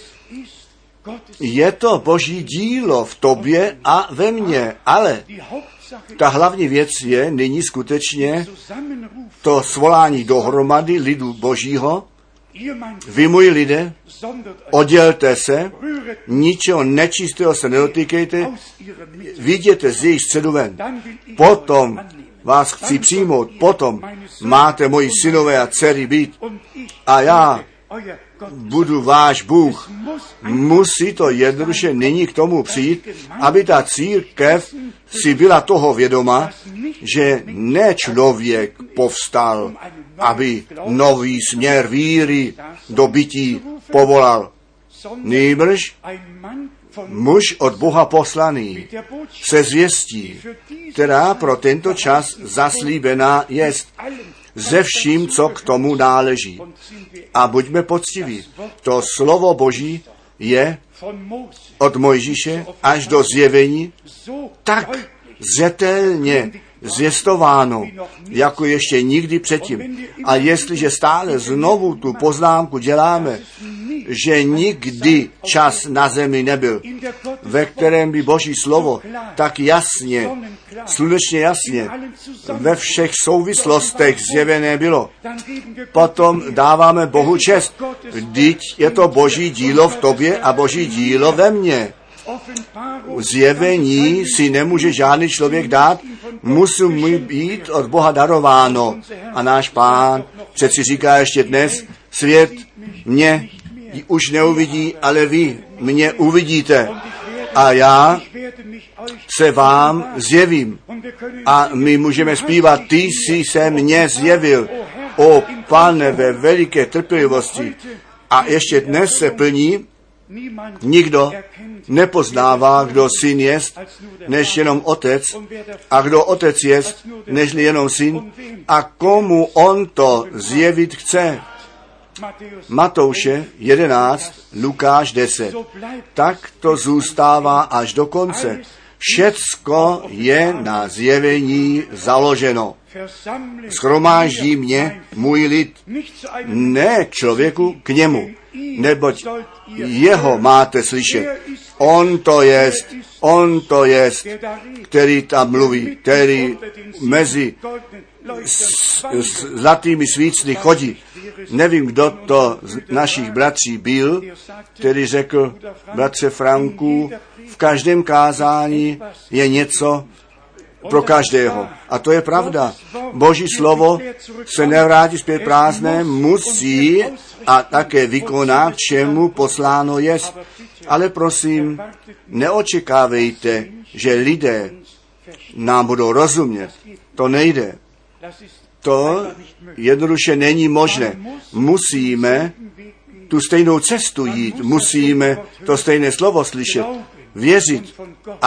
je to Boží dílo v tobě a ve mně, ale ta hlavní věc je nyní skutečně to svolání dohromady lidu Božího. Vy, moji lidé, oddělte se, ničeho nečistého se nedotýkejte, viděte z jejich středu ven. Potom vás chci přijmout, potom máte moji synové a dcery být a já budu váš Bůh. Musí to jednoduše nyní k tomu přijít, aby ta církev si byla toho vědoma, že ne člověk povstal, aby nový směr víry do bytí povolal. Nýbrž muž od Boha poslaný se zvěstí, která pro tento čas zaslíbená jest, ze vším, co k tomu náleží. A buďme poctiví. To slovo Boží je od Mojžíše až do zjevení tak zřetelně zvěstováno, jako ještě nikdy předtím. A jestliže stále znovu tu poznámku děláme, že nikdy čas na zemi nebyl, ve kterém by Boží slovo tak jasně, slunečně jasně, ve všech souvislostech zjevené bylo, potom dáváme Bohu čest. Vždyť je to Boží dílo v tobě a Boží dílo ve mně. Zjevení si nemůže žádný člověk dát, musí mu být od Boha darováno. A náš Pán přeci říká ještě dnes, svět mě už neuvidí, ale vy mě uvidíte. A já se vám zjevím. A my můžeme zpívat, ty jsi se mně zjevil. O Pane, ve veliké trpělivosti. A ještě dnes se plní, nikdo nepoznává, kdo syn jest, než jenom otec, a kdo otec jest, nežli jenom syn, a komu on to zjevit chce. Matouše 11, Lukáš 10. Tak to zůstává až do konce. Všecko je na zjevení založeno. Shromáždí mě můj lid, ne člověku k němu, neboť jeho máte slyšet. On to jest, který tam mluví, který mezi zlatými svícny chodí. Nevím, kdo to z našich bratří byl, který řekl, bratře Franku, v každém kázání je něco pro každého. A to je pravda. Boží slovo se nevrátí zpět prázdné, musí a také vykoná, k čemu posláno jest. Ale prosím, neočekávejte, že lidé nám budou rozumět. To nejde. To jednoduše není možné. Musíme tu stejnou cestu jít, musíme to stejné slovo slyšet, věřit a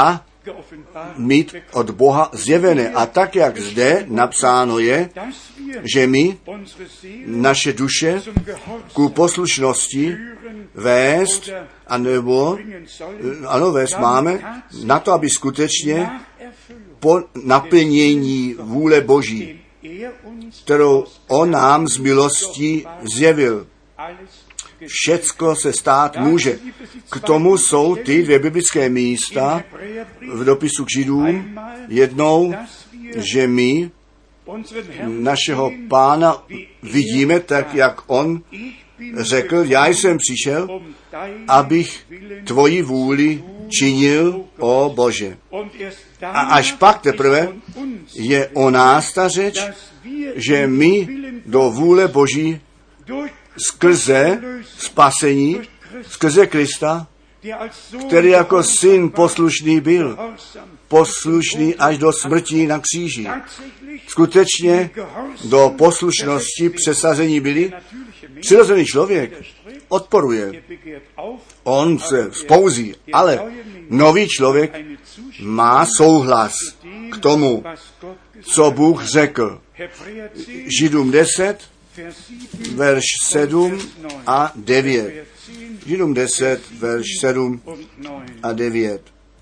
mít od Boha zjevené. A tak, jak zde napsáno je, že my naše duše ku poslušnosti vést, anebo vést máme na to, aby skutečně po naplnění vůle Boží, kterou on nám z milostí zjevil. Všecko se stát může. K tomu jsou ty dvě biblické místa v dopisu k Židům. Jednou, že my našeho Pána vidíme tak, jak on řekl, já jsem přišel, abych tvoji vůli činil, o Bože. A až pak teprve je o nás ta řeč, že my do vůle Boží skrze spasení, skrze Krista, který jako syn poslušný byl, poslušný až do smrti na kříži. Skutečně do poslušnosti přesazení byli. Přirozený člověk odporuje. On se spouzí, ale nový člověk má souhlas k tomu, co Bůh řekl. Židům 10, verš 7 a 9. Židům 10, verš 7 a 9.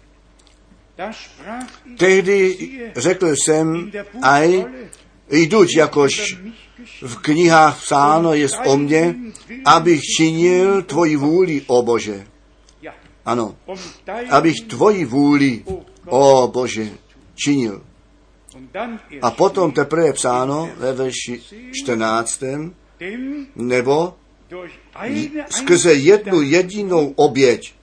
Tehdy řekl jsem, aj jduť, jakož v knihách psáno jest o mně, abych činil tvoji vůli, o Bože. Ano, abych tvoji vůli, o Bože, činil. A potom teprve je psáno ve verši 14. Nebo skrze jednu jedinou oběť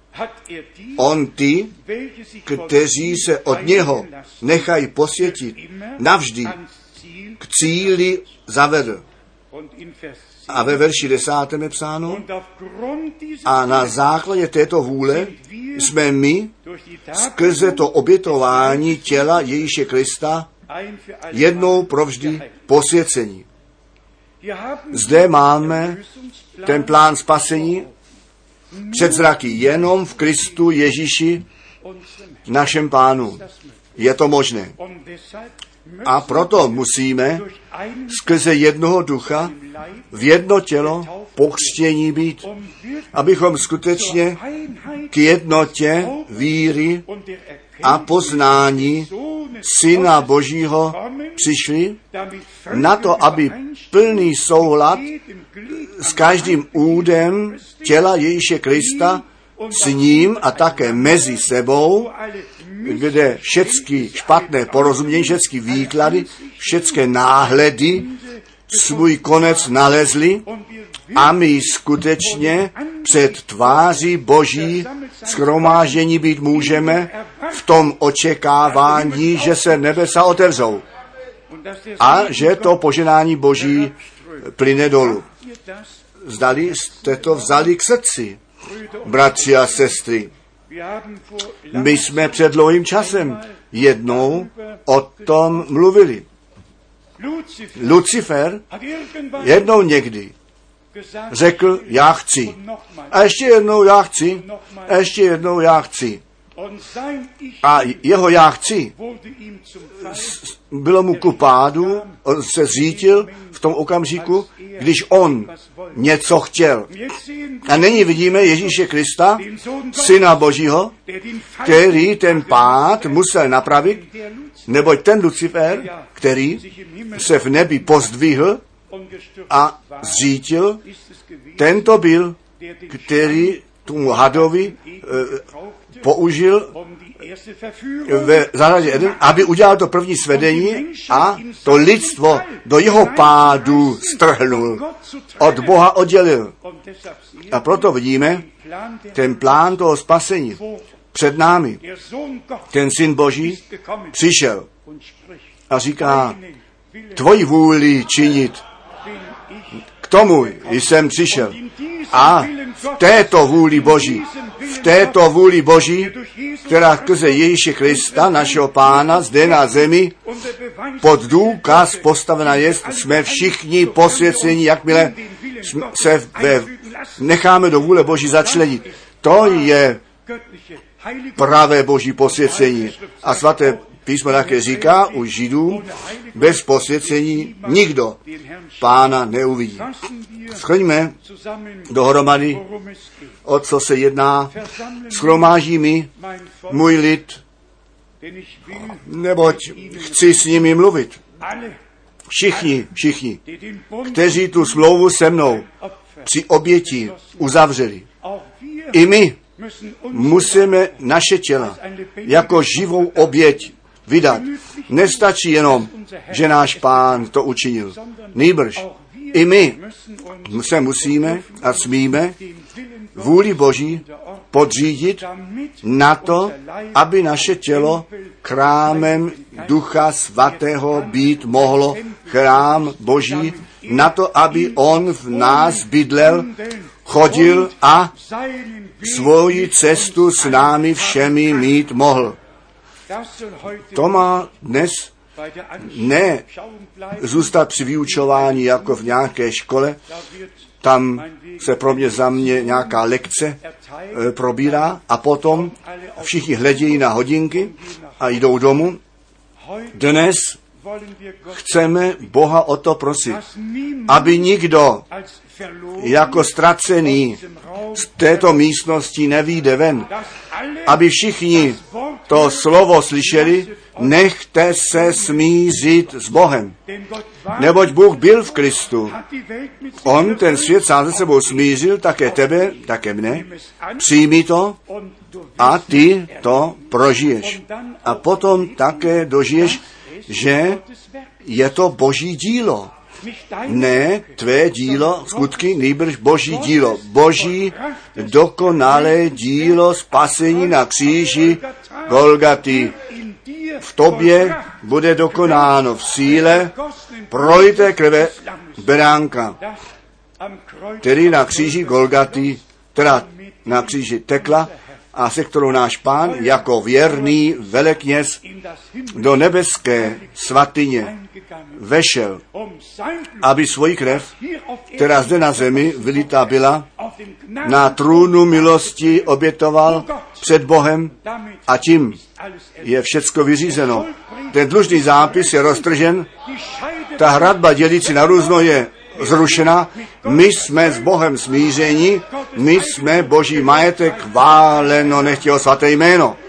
on ty, kteří se od něho nechají posvětit, navždy k cíli zavedl. A ve verši 10. je psáno, a na základě této vůle jsme my skrze to obětování těla Ježíše Krista jednou provždy posvěcení. Zde máme ten plán spasení před zraky jenom v Kristu Ježíši, našem Pánu. Je to možné. A proto musíme skrze jednoho ducha v jedno tělo pokřtění být, abychom skutečně k jednotě víry a poznání Syna Božího přišli, na to, aby plný soulad s každým údem těla Ježíše Krista s ním a také mezi sebou, kde všechny špatné porozumění, všechny výklady, všechny náhledy svůj konec nalezli a my skutečně před tváří Boží shromáždění být můžeme v tom očekávání, že se nebesa otevřou a že to poženání Boží plyne dolů. Zdali jste to vzali k srdci, bratři a sestry. My jsme před dlouhým časem jednou o tom mluvili. Lucifer jednou někdy řekl, já chci. A ještě jednou já chci. A ještě jednou já chci. A jeho já chci bylo mu ku pádu, on se zřítil v tom okamžiku, když on něco chtěl. A nyní vidíme Ježíše Krista, Syna Božího, který ten pád musel napravit, neboť ten Lucifer, který se v nebi pozdvihl a zřítil, tento byl, který tomu hadovi použil ve zahradě Eden, aby udělal to první svedení a to lidstvo do jeho pádu strhnul, od Boha oddělil. A proto vidíme ten plán toho spasení před námi. Ten Syn Boží přišel a říká, tvoji vůli činit. K tomu jsem přišel. A v této vůli Boží, která skrze Ježíše Krista, našeho Pána, zde na zemi, pod důkaz postavena jest, jsme všichni posvěceni, jakmile se necháme do vůle Boží začlenit. To je pravé boží posvěcení. A svaté písmo také říká u Židů, bez posvěcení nikdo Pána neuvidí. Shrňme dohromady, o co se jedná. Shromáží mi můj lid, neboť chci s nimi mluvit. Všichni, kteří tu smlouvu se mnou při oběti uzavřeli. I my musíme naše těla jako živou oběť vydat. Nestačí jenom, že náš Pán to učinil. Nýbrž i my se musíme a smíme vůli Boží podřídit na to, aby naše tělo chrámem Ducha Svatého být mohlo, chrám Boží, na to, aby on v nás bydlel, chodil a svoji cestu s námi všemi mít mohl. To má dnes ne zůstat při vyučování jako v nějaké škole, tam se pro mě za mě nějaká lekce probírá a potom všichni hledějí na hodinky a jdou domů. Dnes chceme Boha o to prosit, aby nikdo jako ztracený z této místnosti nevyjde ven, aby všichni to slovo slyšeli, nechte se smířit s Bohem. Neboť Bůh byl v Kristu. On ten svět sám se sebou smířil, také tebe, také mne. Přijmi to a ty to prožiješ. A potom také dožiješ, že je to Boží dílo. Ne tvé dílo, skutky, nýbrž Boží dílo. Boží dokonalé dílo spasení na kříži Golgaty. V tobě bude dokonáno v síle prolité krve beránka, který na kříži Golgaty, teda na kříži tekla a se kterou náš Pán jako věrný velekněz do nebeské svatyně vešel, aby svoji krev, která zde na zemi vylitá byla, na trůnu milosti obětoval před Bohem a tím je všecko vyřízeno. Ten dlužný zápis je roztržen, ta hradba dělící na různo je zrušena, my jsme s Bohem smíření, my jsme Boží majetek, chváleno nechtěl svaté jméno.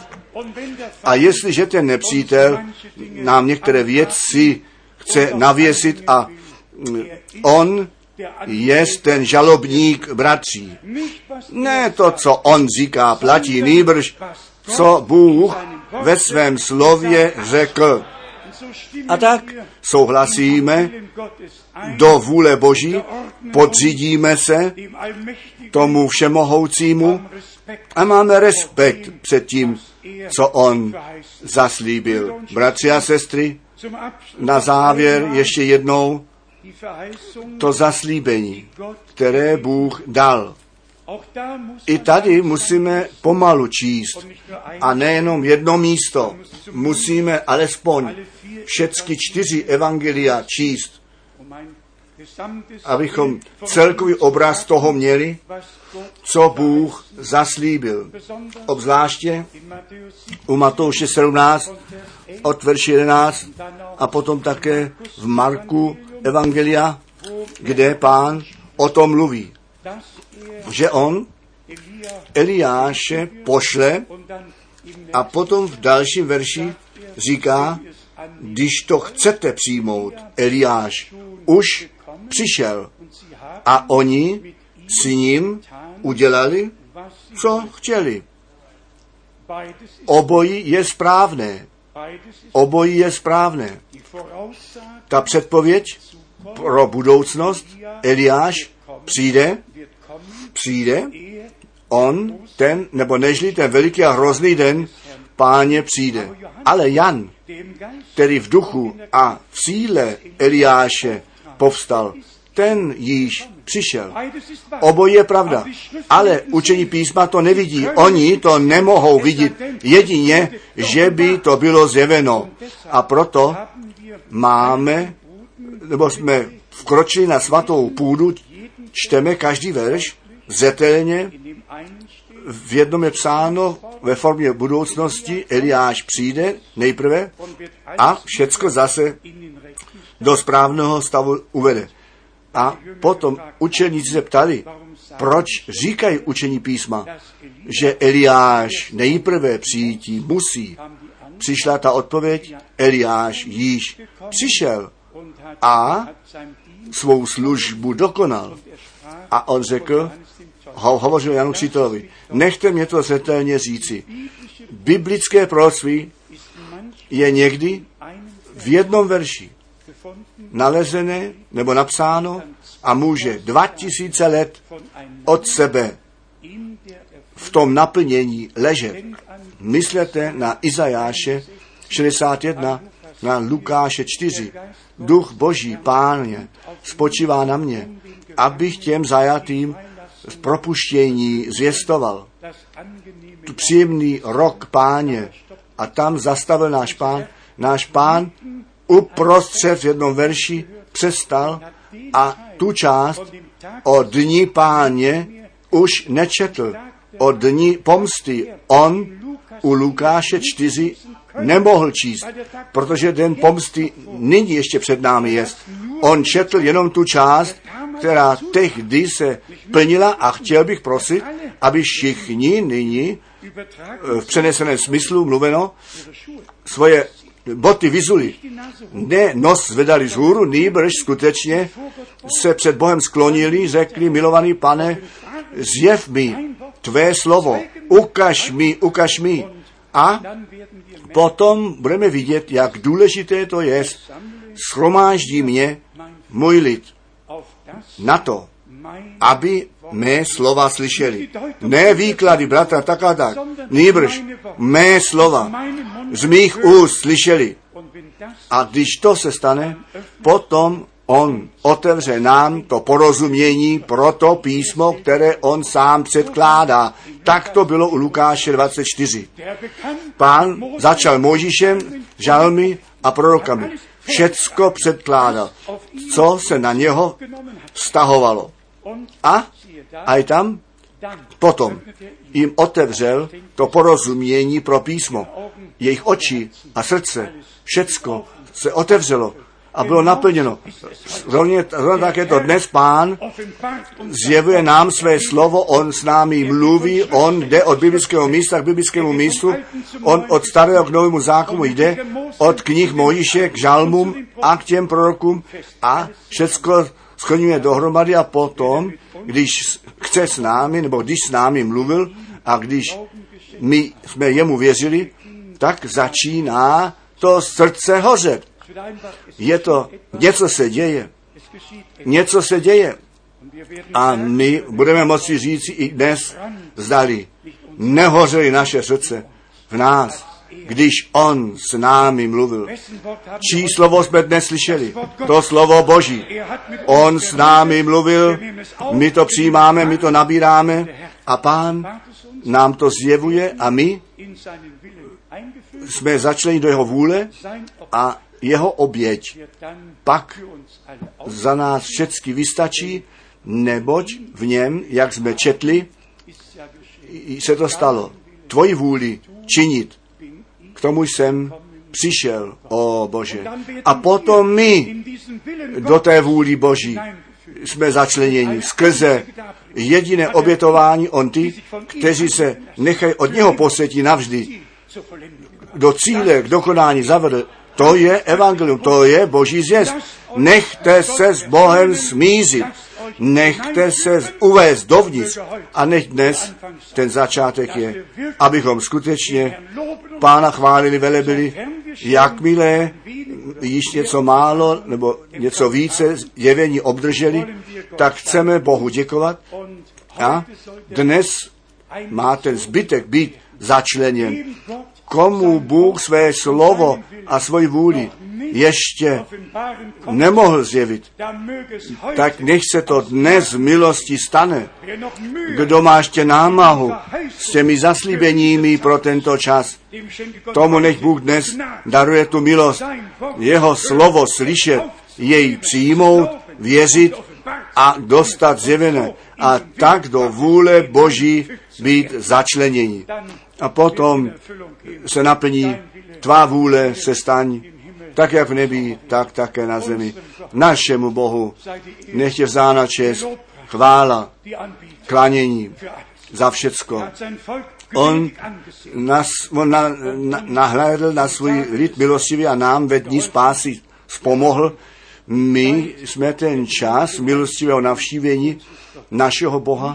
A jestliže ten nepřítel nám některé věci chce navěsit a on je ten žalobník bratří. Ne to, co on říká, platí, nýbrž, co Bůh ve svém slově řekl. A tak souhlasíme do vůle Boží, podřídíme se tomu všemohoucímu a máme respekt před tím, co on zaslíbil. Bratři a sestry, na závěr ještě jednou to zaslíbení, které Bůh dal. I tady musíme pomalu číst a nejenom jedno místo. Musíme alespoň všechny 4 evangelia číst, abychom celkový obraz toho měli, co Bůh zaslíbil. Obzvláště u Matouše 17 od verše 11 a potom také v Marku evangelia, kde Pán o tom mluví, že on Eliáše pošle a potom v dalším verši říká, když to chcete přijmout, Eliáš už přišel a oni s ním udělali, co chtěli. Obojí je správné. Obojí je správné. Ta předpověď pro budoucnost, Eliáš přijde, on, ten, nebo nežli ten veliký a hrozný den, Páně přijde. Ale Jan, který v duchu a v síle Eliáše povstal, ten již přišel. Obojí je pravda, ale učení písma to nevidí. Oni to nemohou vidět, jedině, že by to bylo zjeveno. A proto jsme vkročili na svatou půdu, čteme každý verš, zřetelně, v jednom je psáno, ve formě budoucnosti Eliáš přijde nejprve a všecko zase do správného stavu uvede. A potom učeníci se ptali, proč říkají učení písma, že Eliáš nejprve přijítí musí. Přišla ta odpověď, Eliáš již přišel a svou službu dokonal. A on řekl, hovořil Janu Křtitelovi, nechte mě to zřetelně říci. Biblické proroctví je někdy v jednom verši nalezené nebo napsáno a může 2000 let od sebe v tom naplnění ležet. Myslete na Izajáše 61, na Lukáše 4. Duch Boží, Páně, spočívá na mě, abych těm zajatým v propuštění zvěstoval. Tu příjemný rok Páně. A tam zastavil náš pán uprostřed v jednom verši přestal a tu část o dni Páně už nečetl. O dni pomsty on u Lukáše 4 nemohl číst, protože den pomsty nyní ještě před námi jest. On četl jenom tu část, která tehdy se plnila a chtěl bych prosit, aby všichni nyní v přeneseném smyslu mluveno svoje boty vyzuli. Ne nos zvedali z hůru, nýbrž skutečně se před Bohem sklonili, řekli, milovaný Pane, zjev mi tvé slovo, ukaž mi. A potom budeme vidět, jak důležité to je, shromáždí mě můj lid na to, aby mé slova slyšeli. Ne výklady, bratra, tak a tak, nýbrž mé slova z mých úst slyšeli. A když to se stane, potom on otevře nám to porozumění pro to písmo, které on sám předkládá. Tak to bylo u Lukáše 24. Pán začal Mojžíšem, žalmy a prorokami. Všecko předkládal, co se na něho vztahovalo. A i tam potom jim otevřel to porozumění pro písmo. Jejich oči a srdce, všecko se otevřelo a bylo naplněno. Rovně tak je to dnes Pán zjevuje nám své slovo, on s námi mluví, on jde od biblického místa k biblickému místu, on od starého k novému zákonu jde, od knih Mojžíše k žalmům a k těm prorokům a všecko skloňuje dohromady a potom, když chce s námi, nebo když s námi mluvil a když my jsme jemu věřili, tak začíná to srdce hořet. Je to, něco se děje. A my budeme moci říci i dnes, zdali nehořely naše srdce v nás, když on s námi mluvil. Čí slovo jsme dnes slyšeli? To slovo Boží. On s námi mluvil, my to přijímáme, my to nabíráme a Pán nám to zjevuje a my jsme začleni do jeho vůle a jeho oběť pak za nás všecky vystačí, neboť v něm, jak jsme četli, se to stalo. Tvoji vůli činit. K tomu jsem přišel, o Bože. A potom my do té vůli Boží jsme začleněni skrze jediné obětování on ty, kteří se nechají od něho posvětit navždy do cíle, k dokonání zavede. To je evangelium, to je Boží zvěst. Nechte se s Bohem smířit, nechte se uvést dovnitř a nech dnes ten začátek je, abychom skutečně Pána chválili, velebili, jakmile již něco málo nebo něco více jevení obdrželi, tak chceme Bohu děkovat a dnes má ten zbytek být začleněn. Komu Bůh své slovo a svoji vůli ještě nemohl zjevit, tak nech se to dnes v milosti stane. Kdo má ještě námahu s těmi zaslíbeními pro tento čas, tomu nech Bůh dnes daruje tu milost, jeho slovo slyšet, jej přijmout, věřit a dostat zjevené. A tak do vůle Boží být začleněni. A potom se naplní tvá vůle se staň, tak jak v nebi, tak také na zemi. Našemu Bohu nech je vzána čest, chvála, klanění za všecko. On nahlédl na svůj lid milostivý a nám ve dní spásy pomohl. My jsme ten čas milostivého navštívení našeho Boha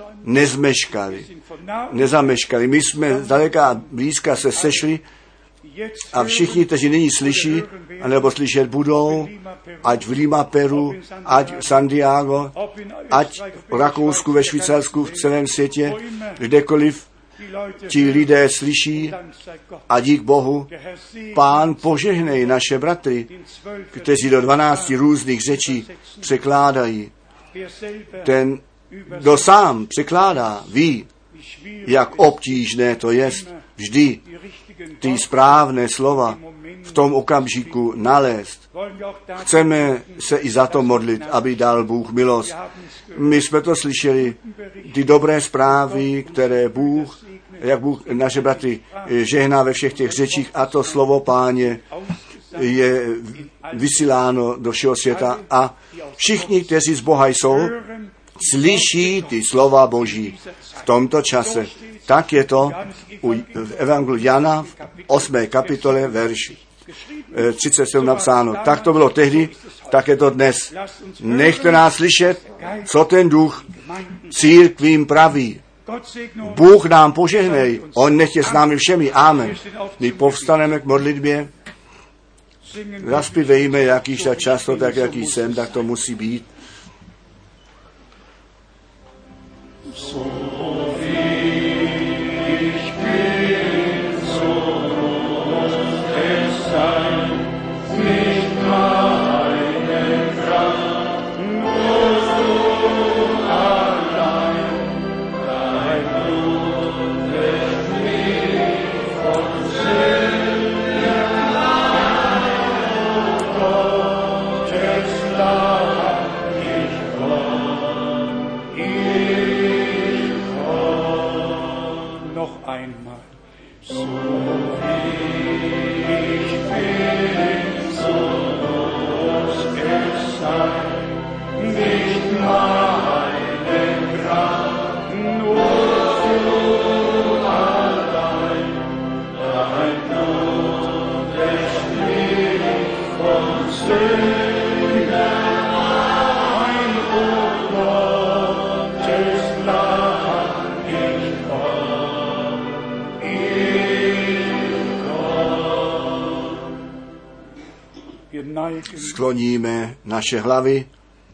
nezameškali. My jsme zdaleka a blízka se sešli a všichni, kteří nyní slyší, anebo slyšet budou, ať v Lima, Peru, ať v Santiago, ať v Rakousku, ve Švýcarsku, v celém světě, kdekoliv ti lidé slyší a dík Bohu, Pán požehnej naše bratry, kteří do 12 různých řečí překládají. Ten, kdo sám překládá, ví, jak obtížné to jest vždy ty správné slova v tom okamžiku nalézt. Chceme se i za to modlit, aby dal Bůh milost. My jsme to slyšeli, ty dobré zprávy, které Bůh, jak Bůh naše bratry žehná ve všech těch řečích, a to slovo Páně je vysíláno do všeho světa a všichni, kteří z Boha jsou, slyší ty slova Boží v tomto čase. Tak je to v Evangeliu Jana v 8. kapitole verš 37 napsáno. Tak to bylo tehdy, tak je to dnes. Nechte nás slyšet, co ten duch církvím praví. Bůh nám požehnej, on nech je s námi všemi. Amen. My povstaneme k modlitbě, zaspívejme, jakýž tak často, tak jaký jsem, tak to musí být. Skloníme naše hlavy,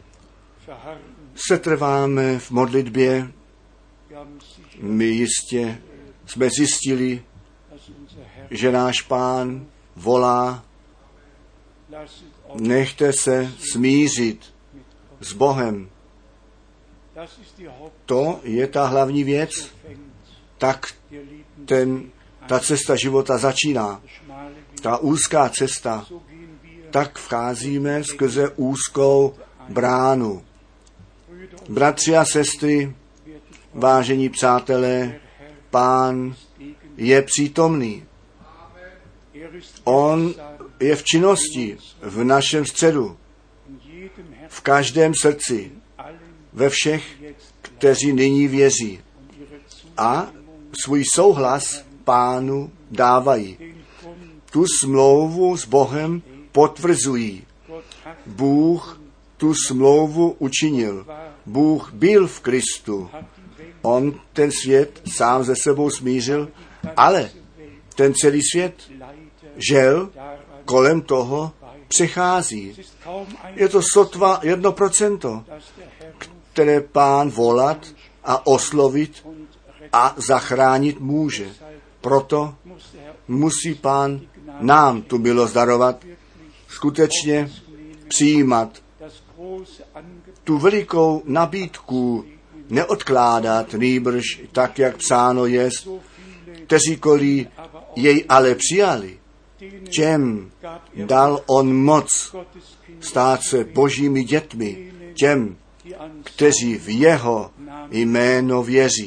setrváme v modlitbě. My jistě jsme zjistili, že náš Pán volá, nechte se smířit s Bohem. To je ta hlavní věc. Tak ta cesta života začíná. Ta úzká cesta, tak vcházíme skrze úzkou bránu. Bratři a sestry, vážení přátelé, Pán je přítomný. On je v činnosti v našem středu, v každém srdci, ve všech, kteří nyní věří. A svůj souhlas Pánu dávají. Tu smlouvu s Bohem potvrzují. Bůh tu smlouvu učinil. Bůh byl v Kristu. On ten svět sám ze sebou smířil, ale ten celý svět, žel, kolem toho přechází. Je to sotva 1%, které Pán volat a oslovit a zachránit může. Proto musí Pán nám tu milost darovat, skutečně přijímat tu velikou nabídku, neodkládat, nýbrž tak, jak psáno jest, kteříkoliv jej ale přijali, těm dal on moc stát se božími dětmi, těm, kteří v jeho jméno věří.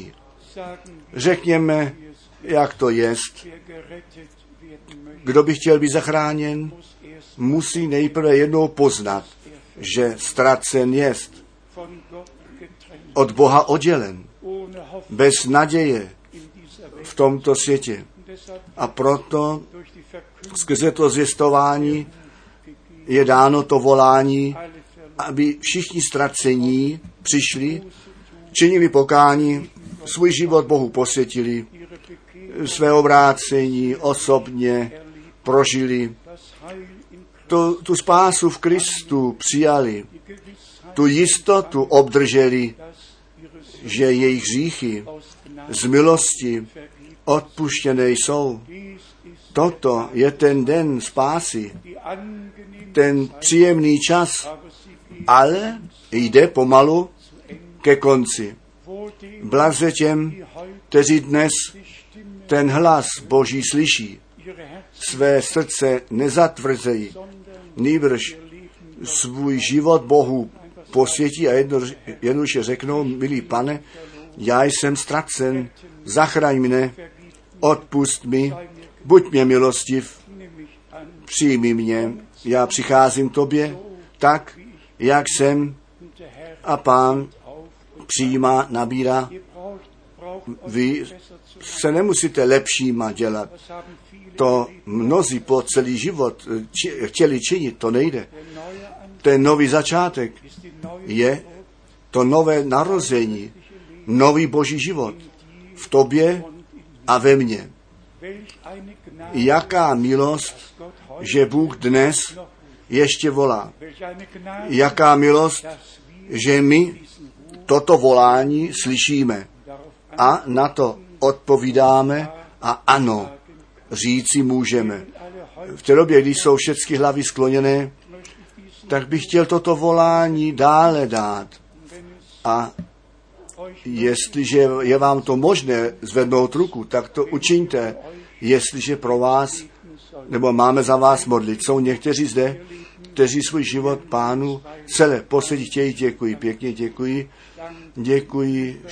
Řekněme, jak to jest. Kdo by chtěl být zachráněn, musí nejprve jednou poznat, že ztracen jest, od Boha oddělen, bez naděje v tomto světě. A proto skrze to zvěstování je dáno to volání, aby všichni ztracení přišli, činili pokání, svůj život Bohu posvětili, své obrácení osobně prožili, tu spásu v Kristu přijali, tu jistotu obdrželi, že jejich hříchy z milosti odpuštěné jsou. Toto je ten den spásy, ten příjemný čas, ale jde pomalu ke konci. Blaze těm, kteří dnes ten hlas Boží slyší, své srdce nezatvrzejí, nýbrž svůj život Bohu posvětí a jednoduše řeknou, milý Pane, já jsem ztracen, zachraň mne, odpust mi, buď mě milostiv, přijmi mě, já přicházím k tobě tak, jak jsem, a Pán přijímá, nabírá. Vy se nemusíte lepšíma dělat. To mnozí po celý život chtěli činit, to nejde. Ten nový začátek je to nové narození, nový Boží život v tobě a ve mně. Jaká milost, že Bůh dnes ještě volá. Jaká milost, že my toto volání slyšíme a na to odpovídáme a ano, říci můžeme. V té době, když jsou všechny hlavy skloněné, tak bych chtěl toto volání dále dát. A jestliže je vám to možné zvednout ruku, tak to učiňte, jestliže pro vás, nebo máme za vás modlit. Jsou někteří zde, kteří svůj život Pánu celé posvětí chtějí. Děkuji, pěkně děkuji. Děkuji,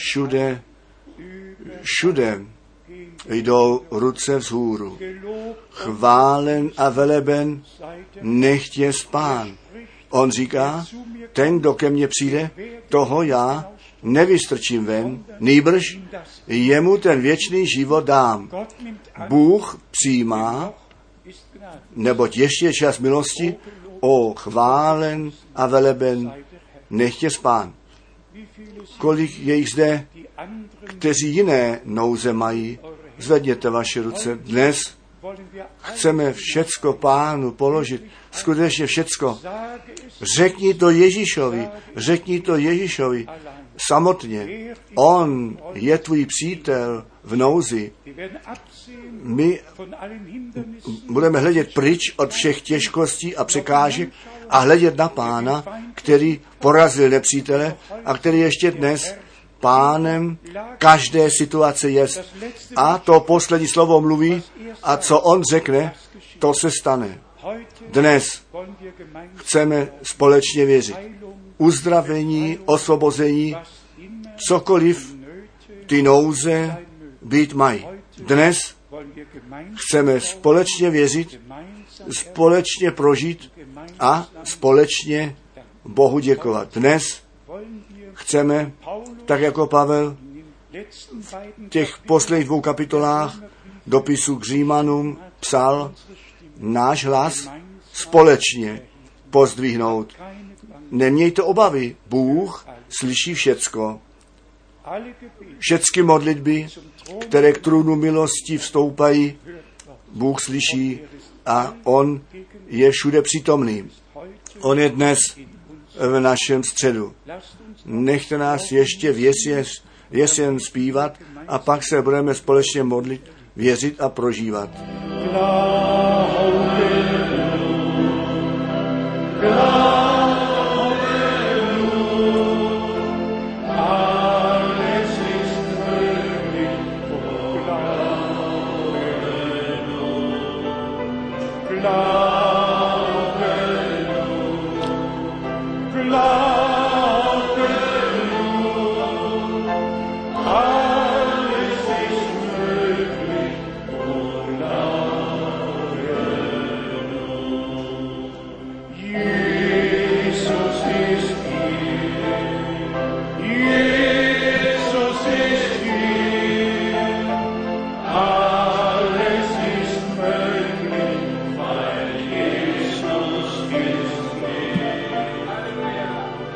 všude jdou ruce vzhůru. Chválen a veleben nechť jest Pán. On říká, ten, kdo ke mně přijde, toho já nevystrčím ven, nýbrž jemu ten věčný život dám. Bůh přijímá, neboť ještě je čas milosti, chválen a veleben nechť jest Pán. Kolik je jich zde, kteří jiné nouze mají, zvedněte vaše ruce. Dnes chceme všecko Pánu položit, skutečně všecko. Řekni to Ježíšovi samotně. On je tvůj přítel v nouzi. My budeme hledět pryč od všech těžkostí a překážek a hledět na Pána, který porazil nepřítele a který ještě dnes Pánem každé situace jest. A to poslední slovo mluví a co on řekne, to se stane. Dnes chceme společně věřit. Uzdravení, osvobození, cokoliv ty nouze být mají. Dnes chceme společně věřit, společně prožít a společně Bohu děkovat. Dnes chceme, tak jako Pavel v těch posledních 2 kapitolách dopisu k Římanům psal, náš hlas společně pozdvihnout. Nemějte obavy, Bůh slyší všecko. Všechny modlitby, které k trůnu milosti vstoupají, Bůh slyší a on je všude přítomný. On je dnes v našem středu. Nechte nás ještě jen zpívat a pak se budeme společně modlit, věřit a prožívat. Alleluia.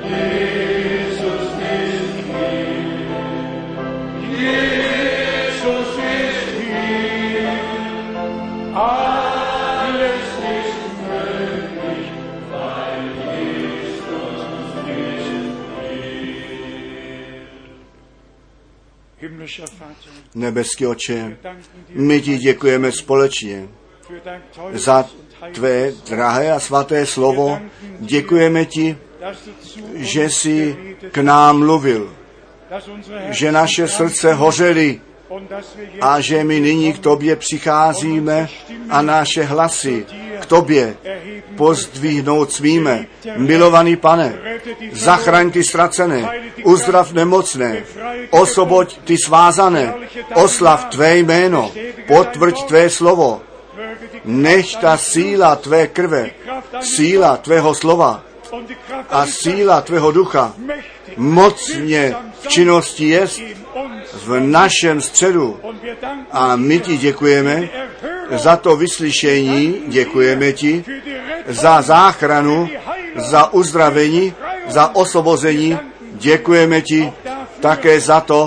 Nebeský Otče, my ti děkujeme společně za tvé drahé a svaté slovo. Děkujeme ti, že jsi k nám mluvil, že naše srdce hořely a že my nyní k tobě přicházíme a naše hlasy k tobě pozdvihnout smíme. Milovaný Pane, zachraň ty ztracené, uzdrav nemocné, osvoboď ty svázané, oslav tvé jméno, potvrď tvé slovo. Nech ta síla tvé krve, síla tvého slova a síla tvého ducha mocně v činnosti jest v našem středu. A my ti děkujeme za to vyslyšení, děkujeme ti za záchranu, za uzdravení, za osvobození, děkujeme ti také za to,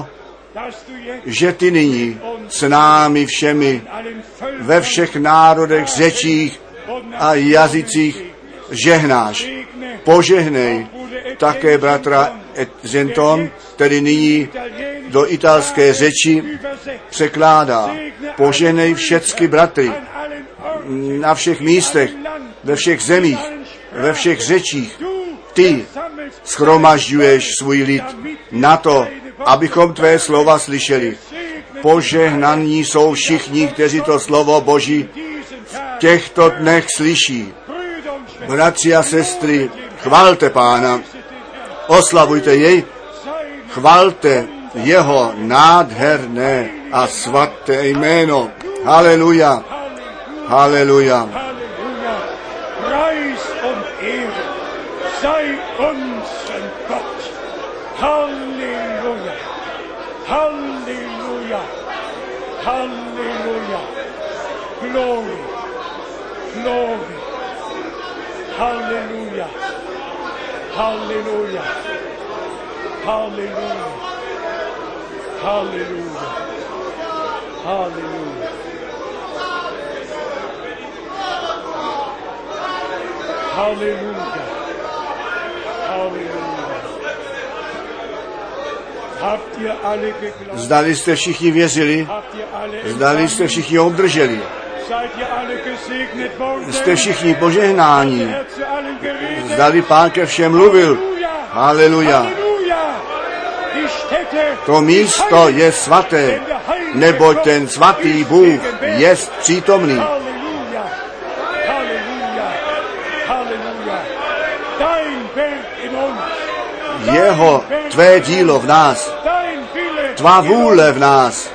že ty nyní s námi všemi ve všech národech, řečích a jazycích žehnáš. Požehnej také bratra Zenton, který nyní do italské řeči překládá. Požehnej všechny bratry na všech místech, ve všech zemích, ve všech řečích. Ty shromažďuješ svůj lid na to, abychom tvé slova slyšeli. Požehnaní jsou všichni, kteří to slovo Boží v těchto dnech slyší. Bratři a sestry, chvalte Pána, oslavujte jej, chvalte jeho nádherné a svaté jméno. Haleluja, haleluja. Preis und Ehre sei unserem Gott. Halleluja, halleluja, halleluja. Glory, glory. Halleluja, halleluja, halleluja, halleluja, halleluja. Halleluja, halleluja. Habt ihr alle geglaubt? Zdali jste všichni věřili, zdali jste všichni obdrželi, jste všichni požehnáni, zdali Pán ke všem mluvil. Haleluja. To místo je svaté, neboť ten svatý Bůh jest přítomný. Jeho, tvé dílo v nás, tvá vůle v nás.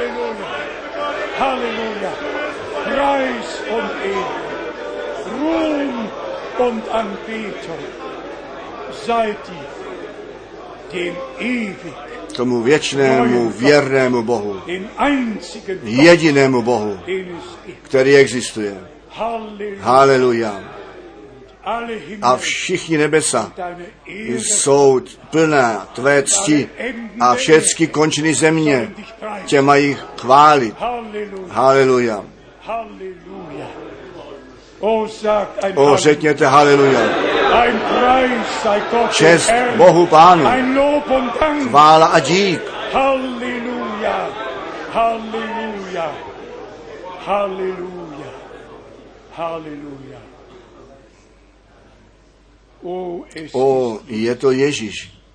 Halleluja. Preis und Ehre, Ruhm und Anbetung sei dir, dem ewig, tomu věčnému, věrnému Bohu, dem einzigen Gott, jedinému Bohu, den es gibt. který existuje. Halleluja. Haleluja. Alle Himmel A všichni nebesa deine Ehre jsou plná tvé cti a všechny končiny země tě mají chválit. Halleluja. Haleluja. Halleluja. O sagt ein O, řekněte haleluja. Ein Preis sei Gott Čest dem Herrn. Bohu Pánu. Ein Lob und Dank. Chvála a dík. Halleluja. Halleluja. Halleluja. Halleluja. O, es O, je to Ježíš.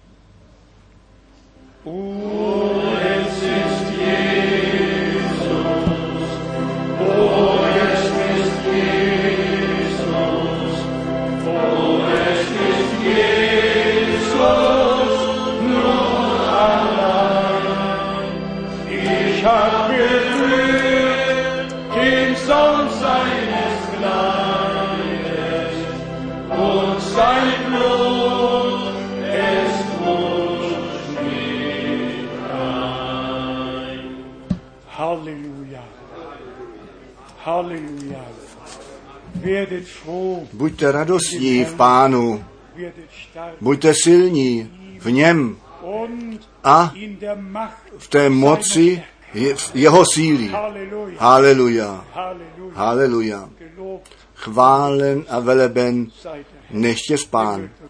es ist Jesus. O, es ist Jesus. O, es ist Jesus. Nur allein. Ich hab berührt den Sohn seines Kleides und sein Blut es wusch mich rein. Halleluja. Halleluja. Werdet froh. Buďte radostní v Pánu. werdet stark Buďte silní v něm und a in der Macht v té moci jeho síly. Halleluja, Haleluja, Halleluja, haleluja. gelobt Chválen a veleben sei der nechtěs Pán.